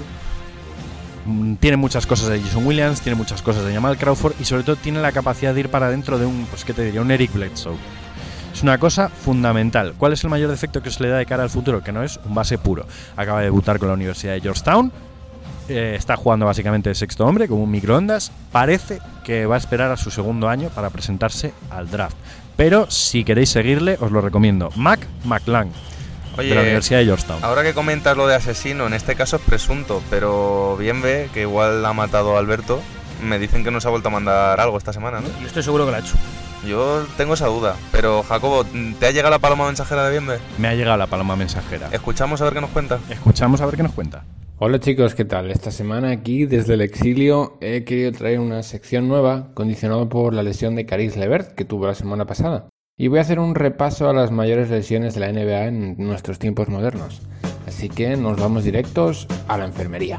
Tiene muchas cosas de Jason Williams, tiene muchas cosas de Jamal Crawford y sobre todo tiene la capacidad de ir para adentro de un, pues qué te diría, un Eric Bledsoe. Es una cosa fundamental. ¿Cuál es el mayor defecto que se le da de cara al futuro? Que no es un base puro. Acaba de debutar con la Universidad de Georgetown. Está jugando básicamente de sexto hombre, como un microondas. Parece que va a esperar a su segundo año para presentarse al draft. Pero si queréis seguirle, os lo recomiendo. McLang, Oye, de la Universidad de Georgetown. Ahora que comentas lo de asesino, en este caso es presunto, pero bien ve que igual ha matado a Alberto. Me dicen que nos ha vuelto a mandar algo esta semana, ¿no? Yo estoy seguro que lo ha hecho. Yo tengo esa duda, pero Jacobo, ¿te ha llegado la paloma mensajera de Bienve? Me ha llegado la paloma mensajera. Escuchamos a ver qué nos cuenta. Escuchamos a ver qué nos cuenta. Hola chicos, ¿qué tal? Esta semana aquí desde el exilio he querido traer una sección nueva condicionada por la lesión de Caris LeVert que tuvo la semana pasada. Y voy a hacer un repaso a las mayores lesiones de la NBA en nuestros tiempos modernos. Así que nos vamos directos a la enfermería.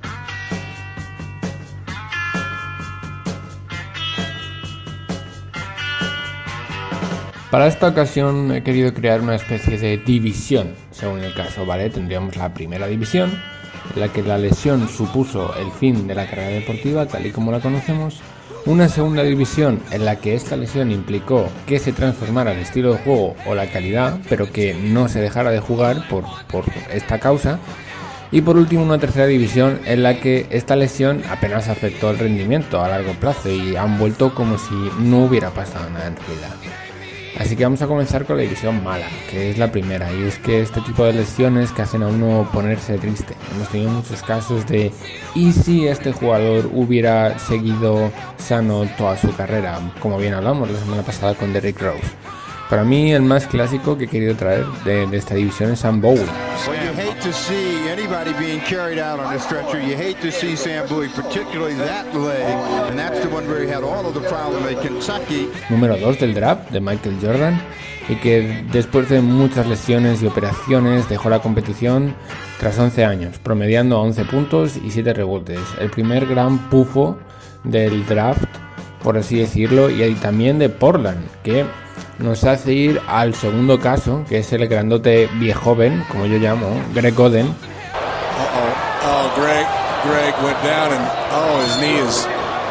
Para esta ocasión he querido crear una especie de división, según el caso, ¿vale? Tendríamos la primera división, en la que la lesión supuso el fin de la carrera deportiva, tal y como la conocemos. Una segunda división en la que esta lesión implicó que se transformara el estilo de juego o la calidad, pero que no se dejara de jugar por esta causa. Y por último, una tercera división en la que esta lesión apenas afectó el rendimiento a largo plazo y han vuelto como si no hubiera pasado nada en realidad. Así que vamos a comenzar con la división mala, que es la primera, y es que este tipo de lesiones que hacen a uno ponerse triste. Hemos tenido muchos casos de ¿y si este jugador hubiera seguido sano toda su carrera? Como bien hablamos la semana pasada con Derrick Rose. Para mí el más clásico que he querido traer de esta división es Sam Bowie. Número 2 del draft de Michael Jordan, y que después de muchas lesiones y operaciones dejó la competición tras 11 años, promediando 11 puntos y 7 rebotes. El primer gran pufo del draft, por así decirlo, y también de Portland, que nos hace ir al segundo caso, que es el grandote viejoven, como yo llamo, Greg Oden. Greg went down and his knee is...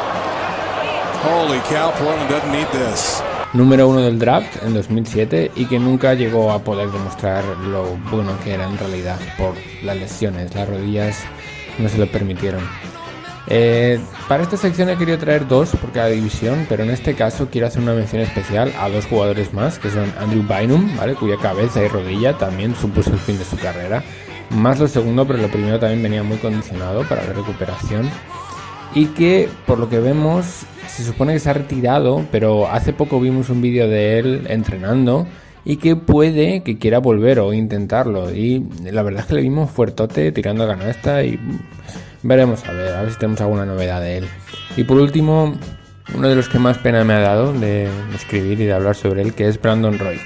Holy cow, Portland doesn't need this. Número 1 del draft en 2007 y que nunca llegó a poder demostrar lo bueno que era en realidad por las lesiones. Las rodillas no se lo permitieron. Para esta sección he querido traer dos por cada división, pero en este caso quiero hacer una mención especial a dos jugadores más, que son Andrew Bynum, ¿vale? Cuya cabeza y rodilla también supuso el fin de su carrera. Más lo segundo, pero lo primero también venía muy condicionado para la recuperación. Y que, por lo que vemos, se supone que se ha retirado, pero hace poco vimos un vídeo de él entrenando y que puede que quiera volver o intentarlo. Y la verdad es que le vimos fuertote tirando a canasta y... veremos a ver si tenemos alguna novedad de él. Y por último, uno de los que más pena me ha dado de escribir y de hablar sobre él, que es Brandon Roy.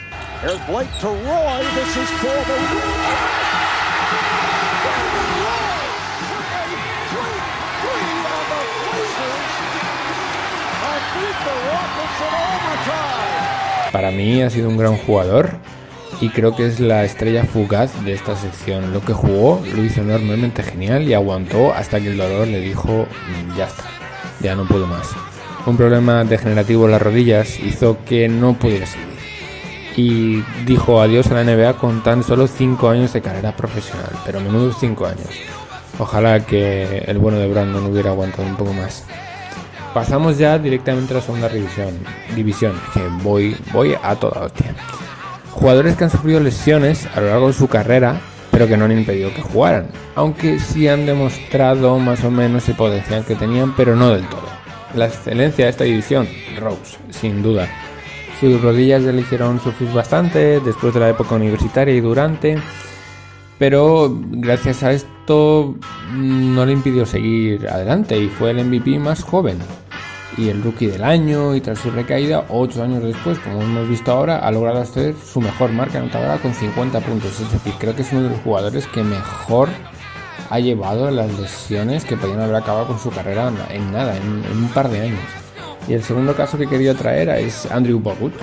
Para mí ha sido un gran jugador y creo que es la estrella fugaz de esta sección. Lo que jugó lo hizo enormemente genial y aguantó hasta que el dolor le dijo ya está, ya no puedo más. Un problema degenerativo en las rodillas hizo que no pudiera seguir y dijo adiós a la NBA con tan solo 5 años de carrera profesional, pero menudo 5 años. Ojalá que el bueno de Brandon hubiera aguantado un poco más. Pasamos ya directamente a la segunda división, que voy a toda hostia. Jugadores que han sufrido lesiones a lo largo de su carrera, pero que no han impedido que jugaran, aunque sí han demostrado más o menos el potencial que tenían, pero no del todo. La excelencia de esta división, Rose, sin duda. Sus rodillas ya le hicieron sufrir bastante después de la época universitaria y durante, pero gracias a esto no le impidió seguir adelante y fue el MVP más joven. Y el rookie del año, y tras su recaída, 8 años después, como hemos visto ahora, ha logrado hacer su mejor marca anotadora con 50 puntos. Es decir, creo que es uno de los jugadores que mejor ha llevado las lesiones que podían haber acabado con su carrera en nada, en un par de años. Y el segundo caso que he querido traer es Andrew Bogut.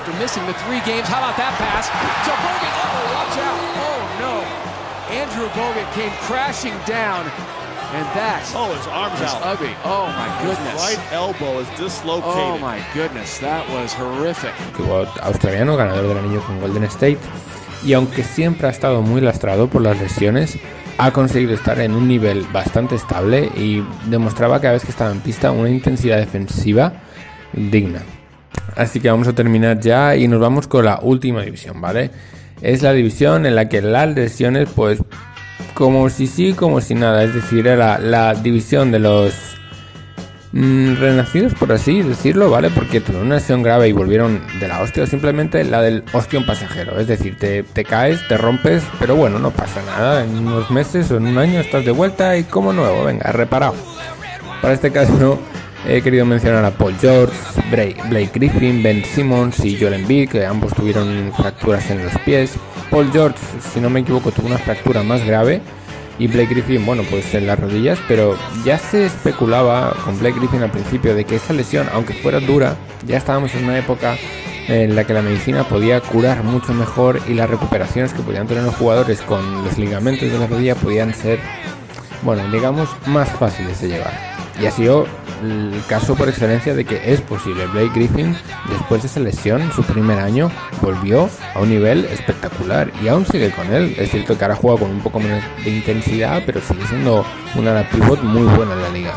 Andrew Bogut came crashing down. And that his arms is out. ugly. Oh my goodness. His right elbow is dislocated. Oh my goodness, that was horrific. Australiano, ganador del anillo con Golden State, y aunque siempre ha estado muy lastrado por las lesiones, ha conseguido estar en un nivel bastante estable y demostraba cada vez que estaba en pista una intensidad defensiva digna. Así que vamos a terminar ya y nos vamos con la última división, ¿vale? Es la división en la que las lesiones, pues, como si sí, como si nada. Es decir, era la división de los renacidos, por así decirlo, ¿vale? Porque tuvieron una lesión grave y volvieron de la hostia, o simplemente la del ostión pasajero. Es decir, te caes, te rompes, pero bueno, no pasa nada. En unos meses o en un año estás de vuelta y como nuevo, venga, reparado. Para este caso he querido mencionar a Paul George, Blake Griffin, Ben Simmons y Joel Embiid, que ambos tuvieron fracturas en los pies. Paul George, si no me equivoco, tuvo una fractura más grave. Y Blake Griffin, bueno, pues en las rodillas, pero ya se especulaba con Blake Griffin al principio de que esa lesión, aunque fuera dura, ya estábamos en una época en la que la medicina podía curar mucho mejor y las recuperaciones que podían tener los jugadores con los ligamentos de la rodilla podían ser, bueno, digamos, más fáciles de llevar. Y ha sido el caso por excelencia de que es posible. Blake Griffin, después de esa lesión, su primer año, volvió a un nivel espectacular y aún sigue con él. Es cierto que ahora juega con un poco menos de intensidad, pero sigue siendo una pivot muy buena en la liga.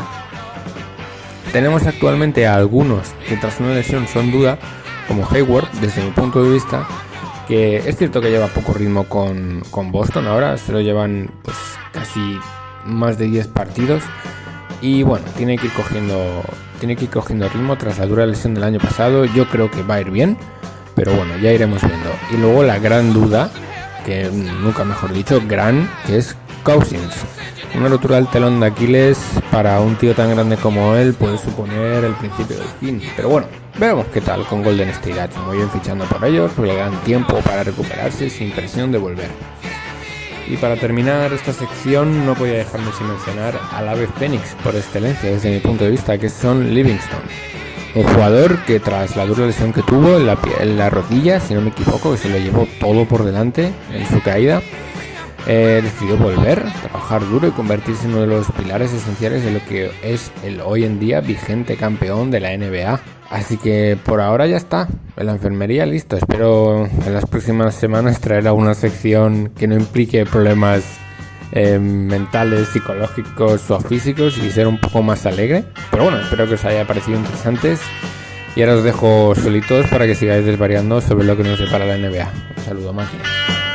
Tenemos actualmente a algunos que tras una lesión son duda, como Hayward, desde mi punto de vista, que es cierto que lleva poco ritmo con Boston ahora, se lo llevan pues casi más de 10 partidos. Y bueno, tiene que ir cogiendo ritmo tras la dura lesión del año pasado. Yo creo que va a ir bien, pero bueno, ya iremos viendo. Y luego la gran duda, que nunca mejor dicho, que es Cousins. Una rotura del telón de Aquiles para un tío tan grande como él puede suponer el principio del fin. Pero bueno, veremos qué tal con Golden State. Muy bien fichando por ellos, porque le dan tiempo para recuperarse sin presión de volver. Y para terminar esta sección no podía dejarme sin mencionar al ave fénix por excelencia desde mi punto de vista, que es Son Livingston, un jugador que tras la dura lesión que tuvo en la rodilla, si no me equivoco, que se lo llevó todo por delante en su caída, decidió volver, trabajar duro y convertirse en uno de los pilares esenciales de lo que es el hoy en día vigente campeón de la NBA. Así que por ahora ya está, en la enfermería listo. Espero en las próximas semanas traer alguna sección que no implique problemas mentales, psicológicos o físicos y ser un poco más alegre. Pero bueno, espero que os haya parecido interesantes. Y ahora os dejo solitos para que sigáis desvariando sobre lo que nos depara la NBA. Un saludo, máquina.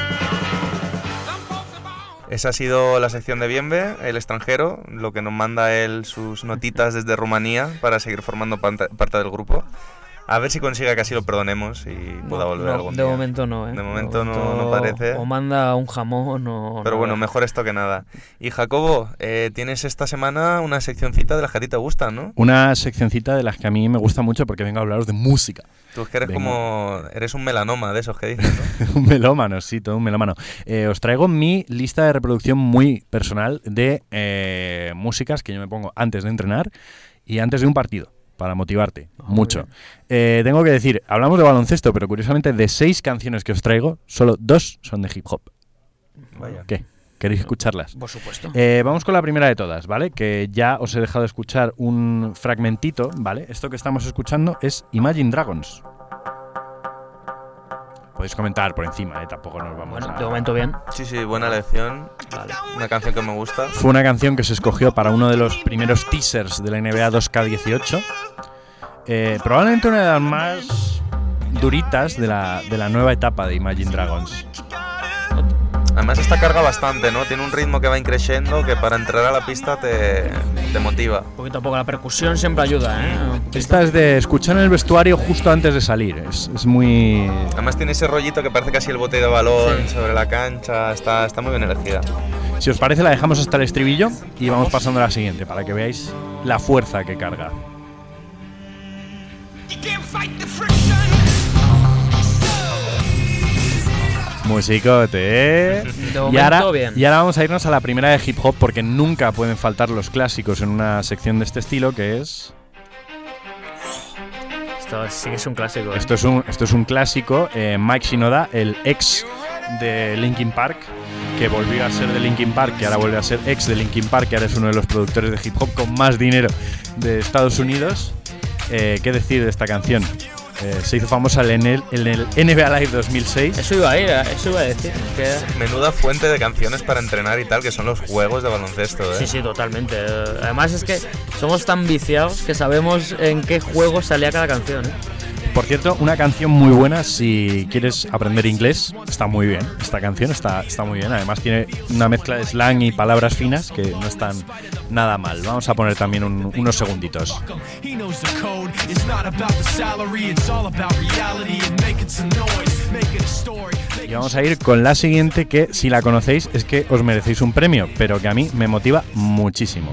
Esa ha sido la sección de Bienve, el extranjero, lo que nos manda él sus notitas desde Rumanía para seguir formando parte del grupo. A ver si consiga que así lo perdonemos y pueda volver algún día. De momento no, ¿eh? De momento no parece. O manda un jamón o... Pero bueno, mejor esto que nada. Y Jacobo, tienes esta semana una seccioncita de las que a ti te gustan, ¿no? Una seccioncita de las que a mí me gusta mucho porque vengo a hablaros de música. Tú es que eres un melanoma de esos que dices, ¿no? Un melómano, sí, todo un melómano. Os traigo mi lista de reproducción muy personal de músicas que yo me pongo antes de entrenar y antes de un partido. Para motivarte, mucho. Tengo que decir, hablamos de baloncesto, pero curiosamente de 6 canciones que os traigo, solo 2 son de hip hop. Vaya. ¿Qué? ¿Queréis escucharlas? Por supuesto. Vamos con la primera de todas, ¿vale? Que ya os he dejado escuchar un fragmentito, ¿vale? Esto que estamos escuchando es Imagine Dragons. Podéis comentar por encima, tampoco nos vamos de momento bien. Sí, buena elección. Vale. Una canción que me gusta. Fue una canción que se escogió para uno de los primeros teasers de la NBA 2K18. Probablemente una de las más duritas de la nueva etapa de Imagine Dragons. Además esta carga bastante, ¿no? Tiene un ritmo que va increciendo que para entrar a la pista te motiva. Poquito a poco, la percusión siempre ayuda, ¿eh? Esta es de escuchar en el vestuario justo antes de salir, es muy... Además tiene ese rollito que parece casi el bote de balón sobre la cancha, está muy bien elegida. Si os parece la dejamos hasta el estribillo y vamos pasando a la siguiente para que veáis la fuerza que carga. Musicote, y ahora vamos a irnos a la primera de hip hop porque nunca pueden faltar los clásicos en una sección de este estilo, que es... Esto sí que es un clásico. Esto es un clásico. Mike Shinoda, el ex de Linkin Park, que volvió a ser de Linkin Park, que ahora vuelve a ser ex de Linkin Park, que ahora es uno de los productores de hip hop con más dinero de Estados Unidos. ¿Qué decir de esta canción? Se hizo famosa en el NBA Live 2006. Eso iba a decir. Menuda fuente de canciones para entrenar y tal, que son los juegos de baloncesto, ¿eh? Sí, totalmente. Además es que somos tan viciados que sabemos en qué juego salía cada canción, ¿eh? Por cierto, una canción muy buena si quieres aprender inglés. Está muy bien, esta canción está muy bien. Además tiene una mezcla de slang y palabras finas que no están nada mal. Vamos a poner también unos segunditos. Y vamos a ir con la siguiente, que si la conocéis es que os merecéis un premio, pero que a mí me motiva muchísimo.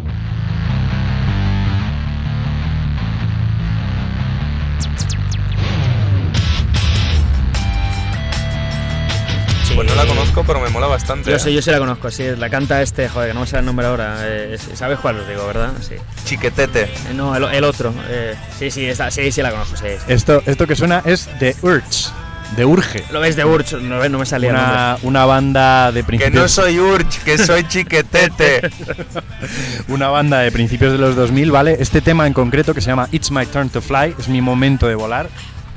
Pues no la conozco, pero me mola bastante. Yo sí la conozco, sí, la canta joder, que no me sale el nombre ahora. ¿Sabes cuál os digo, verdad? Sí. Chiquetete. No, el otro. Sí, la conozco, sí. Esto que suena es The Urge, de Urge. Lo ves de Urge, no me salía el nombre. Una banda de principios... Que no soy Urge, que soy Chiquetete. Una banda de principios de los 2000, ¿vale? Este tema en concreto, que se llama It's My Turn to Fly, es mi momento de volar.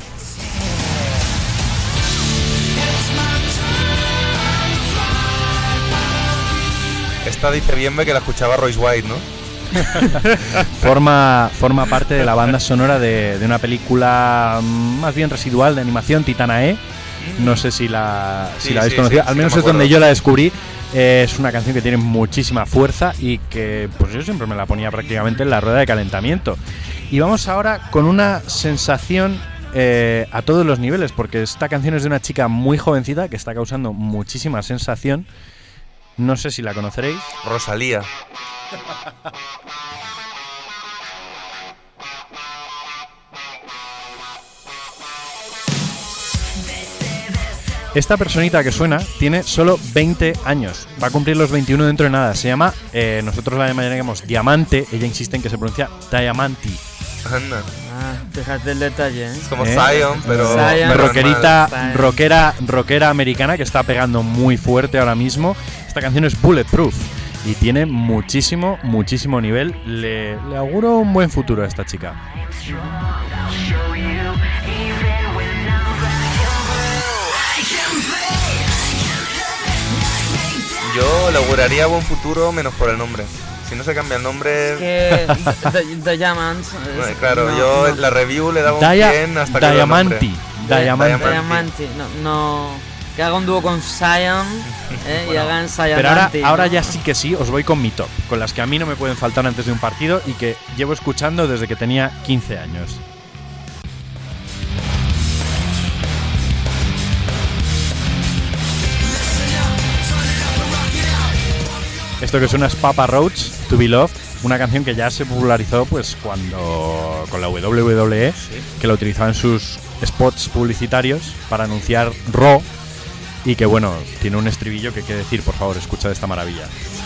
Esta dice bien que la escuchaba Royce White, ¿no? Forma parte de la banda sonora de una película más bien residual de animación, Titanae. No sé si la habéis conocido. Al menos es donde yo la descubrí. Es una canción que tiene muchísima fuerza y que pues yo siempre me la ponía prácticamente en la rueda de calentamiento. Y vamos ahora con una sensación a todos los niveles, porque esta canción es de una chica muy jovencita que está causando muchísima sensación. No sé si la conoceréis. Rosalía. Esta personita que suena tiene solo 20 años. Va a cumplir los 21 dentro de nada. Se llama, nosotros la llamaríamos Diamante. Ella insiste en que se pronuncia Diamanti. Anda. Fíjate el detalle, ¿eh? Es como Zion, pero rockerita, rockera americana que está pegando muy fuerte ahora mismo. Esta canción es Bulletproof y tiene muchísimo nivel. Le auguro un buen futuro a esta chica. Yo le auguraría buen futuro menos por el nombre. Si no se cambia el nombre... Que The Diamonds... Bueno, claro, yo la review le daba un 100 hasta que Diamanti. No... Que haga un dúo con Zion y hagan Zion. Pero ahora ya sí que sí, os voy con mi top, con las que a mí no me pueden faltar antes de un partido y que llevo escuchando desde que tenía 15 años. Esto que suena es Papa Roach, To Be Loved, una canción que ya se popularizó pues cuando con la WWE, que la utilizaba en sus spots publicitarios para anunciar Raw, y que bueno, tiene un estribillo que qué decir, por favor, escuchad esta maravilla.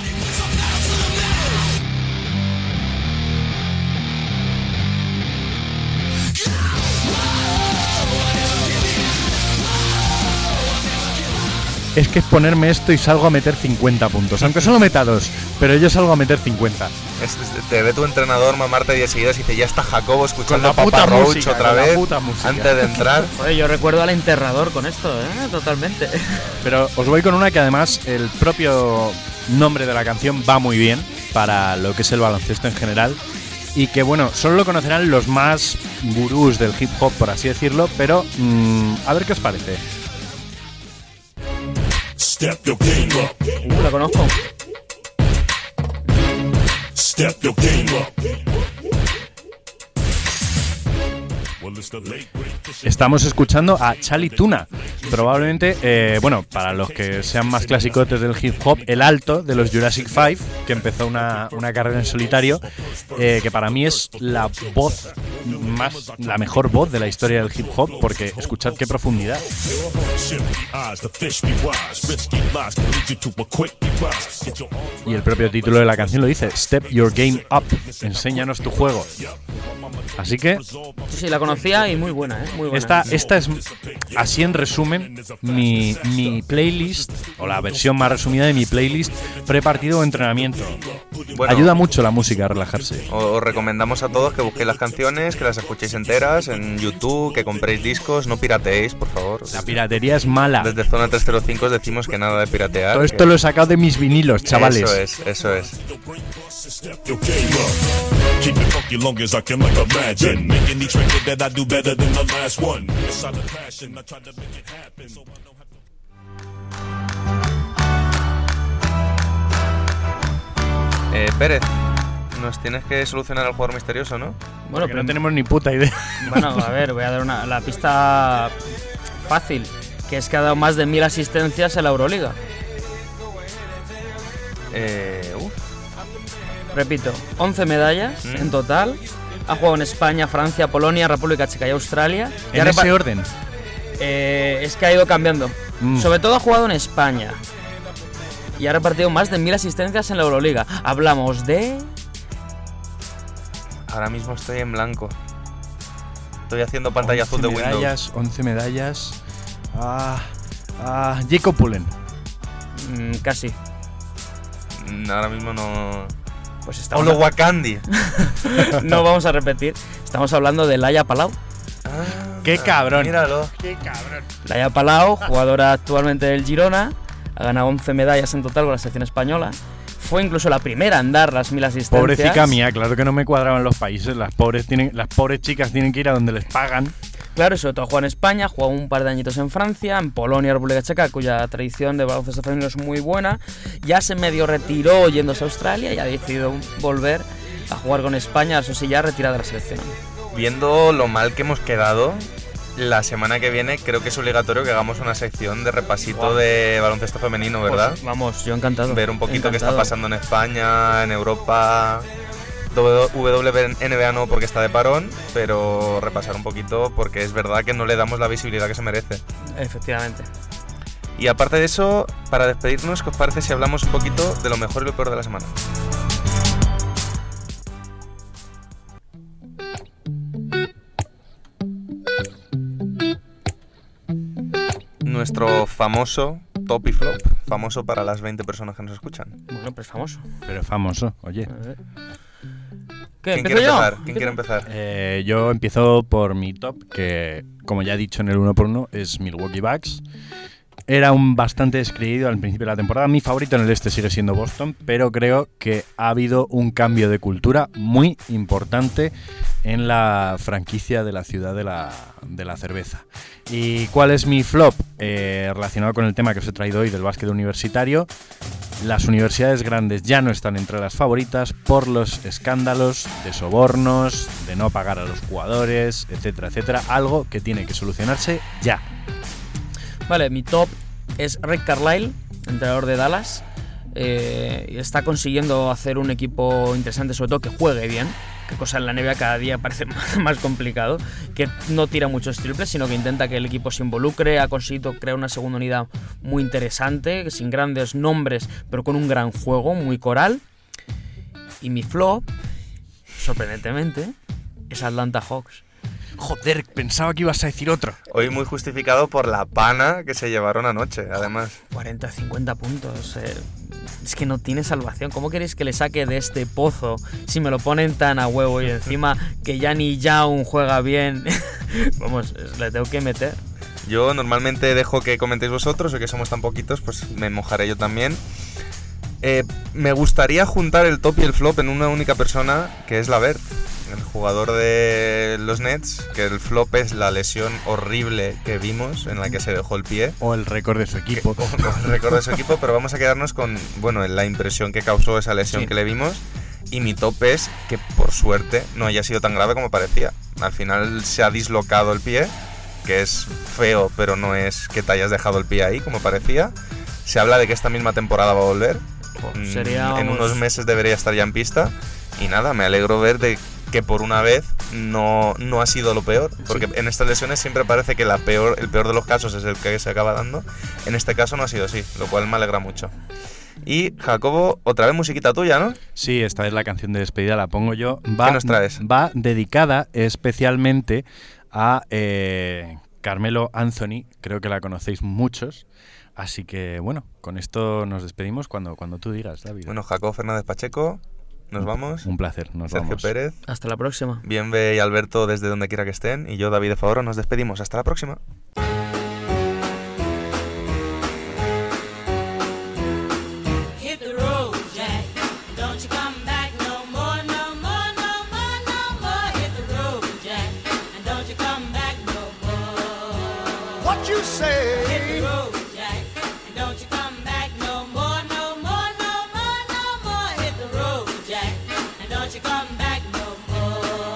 Es que es ponerme esto y salgo a meter 50 puntos. Aunque solo meta 2, pero yo salgo a meter 50. Te ve tu entrenador mamarte 10 seguidas y dice, ya está Jacobo escuchando a Papa Roach música, otra vez antes de entrar. Joder, yo recuerdo al enterrador con esto, totalmente. Pero os voy con una que además el propio nombre de la canción va muy bien para lo que es el baloncesto en general. Y que bueno, solo lo conocerán los más gurús del hip hop, por así decirlo, pero a ver qué os parece. Step your game up. La conozco. Step your game up. Estamos escuchando a Chali Tuna, probablemente, bueno, para los que sean más clasicotes del hip hop, el alto de los Jurassic 5, que empezó una carrera en solitario, que para mí es la mejor voz de la historia del hip hop, porque escuchad qué profundidad. Y el propio título de la canción lo dice, Step Your Game Up, enséñanos tu juego. Así que... Sí, la conocía y muy buena, muy buena. Esta es, así en resumen, mi playlist, o la versión más resumida de mi playlist prepartido o entrenamiento. Bueno, ayuda mucho la música a relajarse. Os recomendamos a todos que busquéis las canciones, que las escuchéis enteras en YouTube, que compréis discos, no pirateéis, por favor. La piratería es mala. Desde Zona 305 os decimos que nada de piratear. Todo esto lo he sacado de mis vinilos, chavales. Eso es. you long as I can like imagine. Making each record that I do better than the last one. Inside the passion, I try to make it happen. So I don't have to... Pérez, nos tienes que solucionar al jugador misterioso, ¿no? Bueno, pero no tenemos ni puta idea. Bueno, a ver, voy a dar la pista fácil, que es que ha dado más de 1000 asistencias en la Euroliga. Repito, 11 medallas en total. Ha jugado en España, Francia, Polonia, República Checa y Australia. ¿En ese orden? Es que ha ido cambiando. Sobre todo ha jugado en España. Y ha repartido más de 1000 asistencias en la Euroliga. Hablamos de... Ahora mismo estoy en blanco. Estoy haciendo pantalla azul de Windows. 11 medallas. Jacob Pullen. Casi. Ahora mismo no... Pues estamos... Olo Wakandi. No vamos a repetir. Estamos hablando de Laia Palau. ¡Qué cabrón! Míralo. ¡Qué cabrón! Laia Palau, jugadora actualmente del Girona, ha ganado 11 medallas en total con la selección española. Fue incluso la primera en dar las 1000 asistencias. Pobrecita mía, claro que no me cuadraban los países. Las pobres chicas tienen que ir a donde les pagan. Claro, y sobre todo juega en España, juega un par de añitos en Francia, en Polonia, República Checa, cuya tradición de baloncesto femenino es muy buena. Ya se medio retiró yéndose a Australia y ha decidido volver a jugar con España, eso sí, ya retirada de la selección. Viendo lo mal que hemos quedado, la semana que viene creo que es obligatorio que hagamos una sección de repasito de baloncesto femenino, ¿verdad? Pues vamos, yo encantado. Ver un poquito qué encantado. está pasando en España, en Europa. WNBA no porque está de parón, pero repasar un poquito porque es verdad que no le damos la visibilidad que se merece. Efectivamente. Y aparte de eso, para despedirnos, ¿qué os parece si hablamos un poquito de lo mejor y lo peor de la semana? Nuestro famoso top y flop, famoso para las 20 personas que nos escuchan. Bueno, pues famoso. Pero famoso, oye. A ver. ¿Quién quiere empezar? ¿Quién quiere empezar? Yo empiezo por mi top, que como ya he dicho en el 1x1 es Milwaukee Bucks. Era un bastante descreído al principio de la temporada. Mi favorito en el este sigue siendo Boston, pero creo que ha habido un cambio de cultura muy importante en la franquicia de la ciudad de la cerveza. ¿Y cuál es mi flop? Relacionado con el tema que os he traído hoy del básquet universitario. Las universidades grandes ya no están entre las favoritas por los escándalos de sobornos, de no pagar a los jugadores, etcétera, etcétera. Algo que tiene que solucionarse ya. Vale, mi top es Rick Carlisle, entrenador de Dallas. Está consiguiendo hacer un equipo interesante, sobre todo que juegue bien, que cosa en la NBA cada día parece más complicado, que no tira muchos triples, sino que intenta que el equipo se involucre. Ha conseguido crear una segunda unidad muy interesante, sin grandes nombres, pero con un gran juego, muy coral. Y mi flop, sorprendentemente, es Atlanta Hawks. Joder, pensaba que ibas a decir otro. Hoy muy justificado por la pana que se llevaron anoche, además. 40-50 puntos. Es que no tiene salvación. ¿Cómo queréis que le saque de este pozo si me lo ponen tan a huevo y encima que ya ni Young juega bien? Vamos, le tengo que meter. Yo normalmente dejo que comentéis vosotros, hoy que somos tan poquitos, pues me mojaré yo también. Me gustaría juntar el top y el flop en una única persona, que es LeVert, el jugador de los Nets, que el flop es la lesión horrible que vimos en la que se dejó el pie. O el récord de su equipo. O el récord de su equipo, pero vamos a quedarnos con, bueno, la impresión que causó esa lesión que le vimos. Y mi top es que, por suerte, no haya sido tan grave como parecía. Al final se ha dislocado el pie, que es feo, pero no es que te hayas dejado el pie ahí, como parecía. Se habla de que esta misma temporada va a volver. En unos meses debería estar ya en pista. Y nada, me alegro ver de que por una vez no ha sido lo peor. Porque en estas lesiones siempre parece que el peor de los casos es el que se acaba dando. En este caso no ha sido así, lo cual me alegra mucho. Y Jacobo, otra vez musiquita tuya, ¿no? Sí, esta es la canción de despedida, la pongo yo. ¿Qué nos traes? Va dedicada especialmente a Carmelo Anthony, creo que la conocéis muchos. Así que, bueno, con esto nos despedimos cuando tú digas, David. Bueno, Jacobo Fernández Pacheco, nos vamos. Un placer, nos Sergio vamos. Pérez. Hasta la próxima. Bienve y Alberto desde donde quiera que estén. Y yo, David de Favoro, nos despedimos. Hasta la próxima. Hit the road, Jack. Don't you come back no more, no more, no more, no say? Hit the road, Jack, and don't you come back no more, no more, no more, no more. Hit the road, Jack, and don't you come back no more.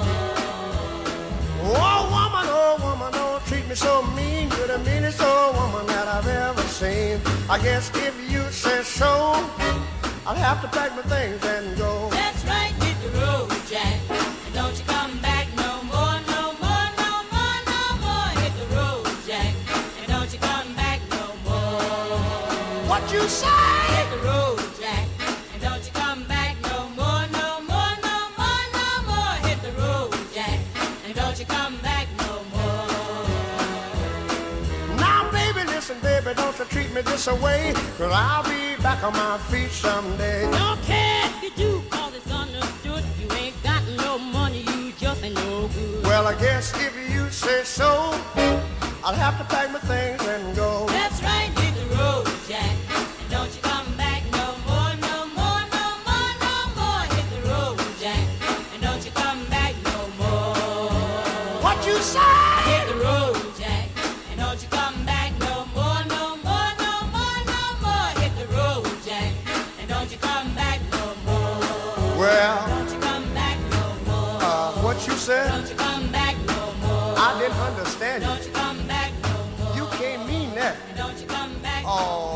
Oh woman, don't treat me so mean. You're the meanest old woman that I've ever seen. I guess if you say so, I'll have to pack my things and go. That's right, hit the road, Jack, and don't you come back no more, no more, no more, no more. Hit the road, Jack, and don't you come back no more. What you say? Hit the road, Jack, and don't you come back no more, no more, no more, no more. Hit the road, Jack, and don't you come back no more. Now baby, listen baby, don't you treat me this way, 'cause I'll be back on my feet someday. Don't care if you do, 'cause it's understood. You ain't got no money, you just ain't no good. Well, I guess if you say so, I'll have to pack my things and go. That's right, hit the road, Jack, and don't you come back no more, no more, no more, no more. Hit the road, Jack, and don't you come back no more. What you say? Hit the road, Jack, and don't you come back no more, no more, no more, no more. Hit the road, Jack, and don't you come back no more. Well, Don't you come back no more. What you said? Don't you come back no more. I didn't understand you. Don't you come back no more. You can't mean that. Don't you come back no Oh,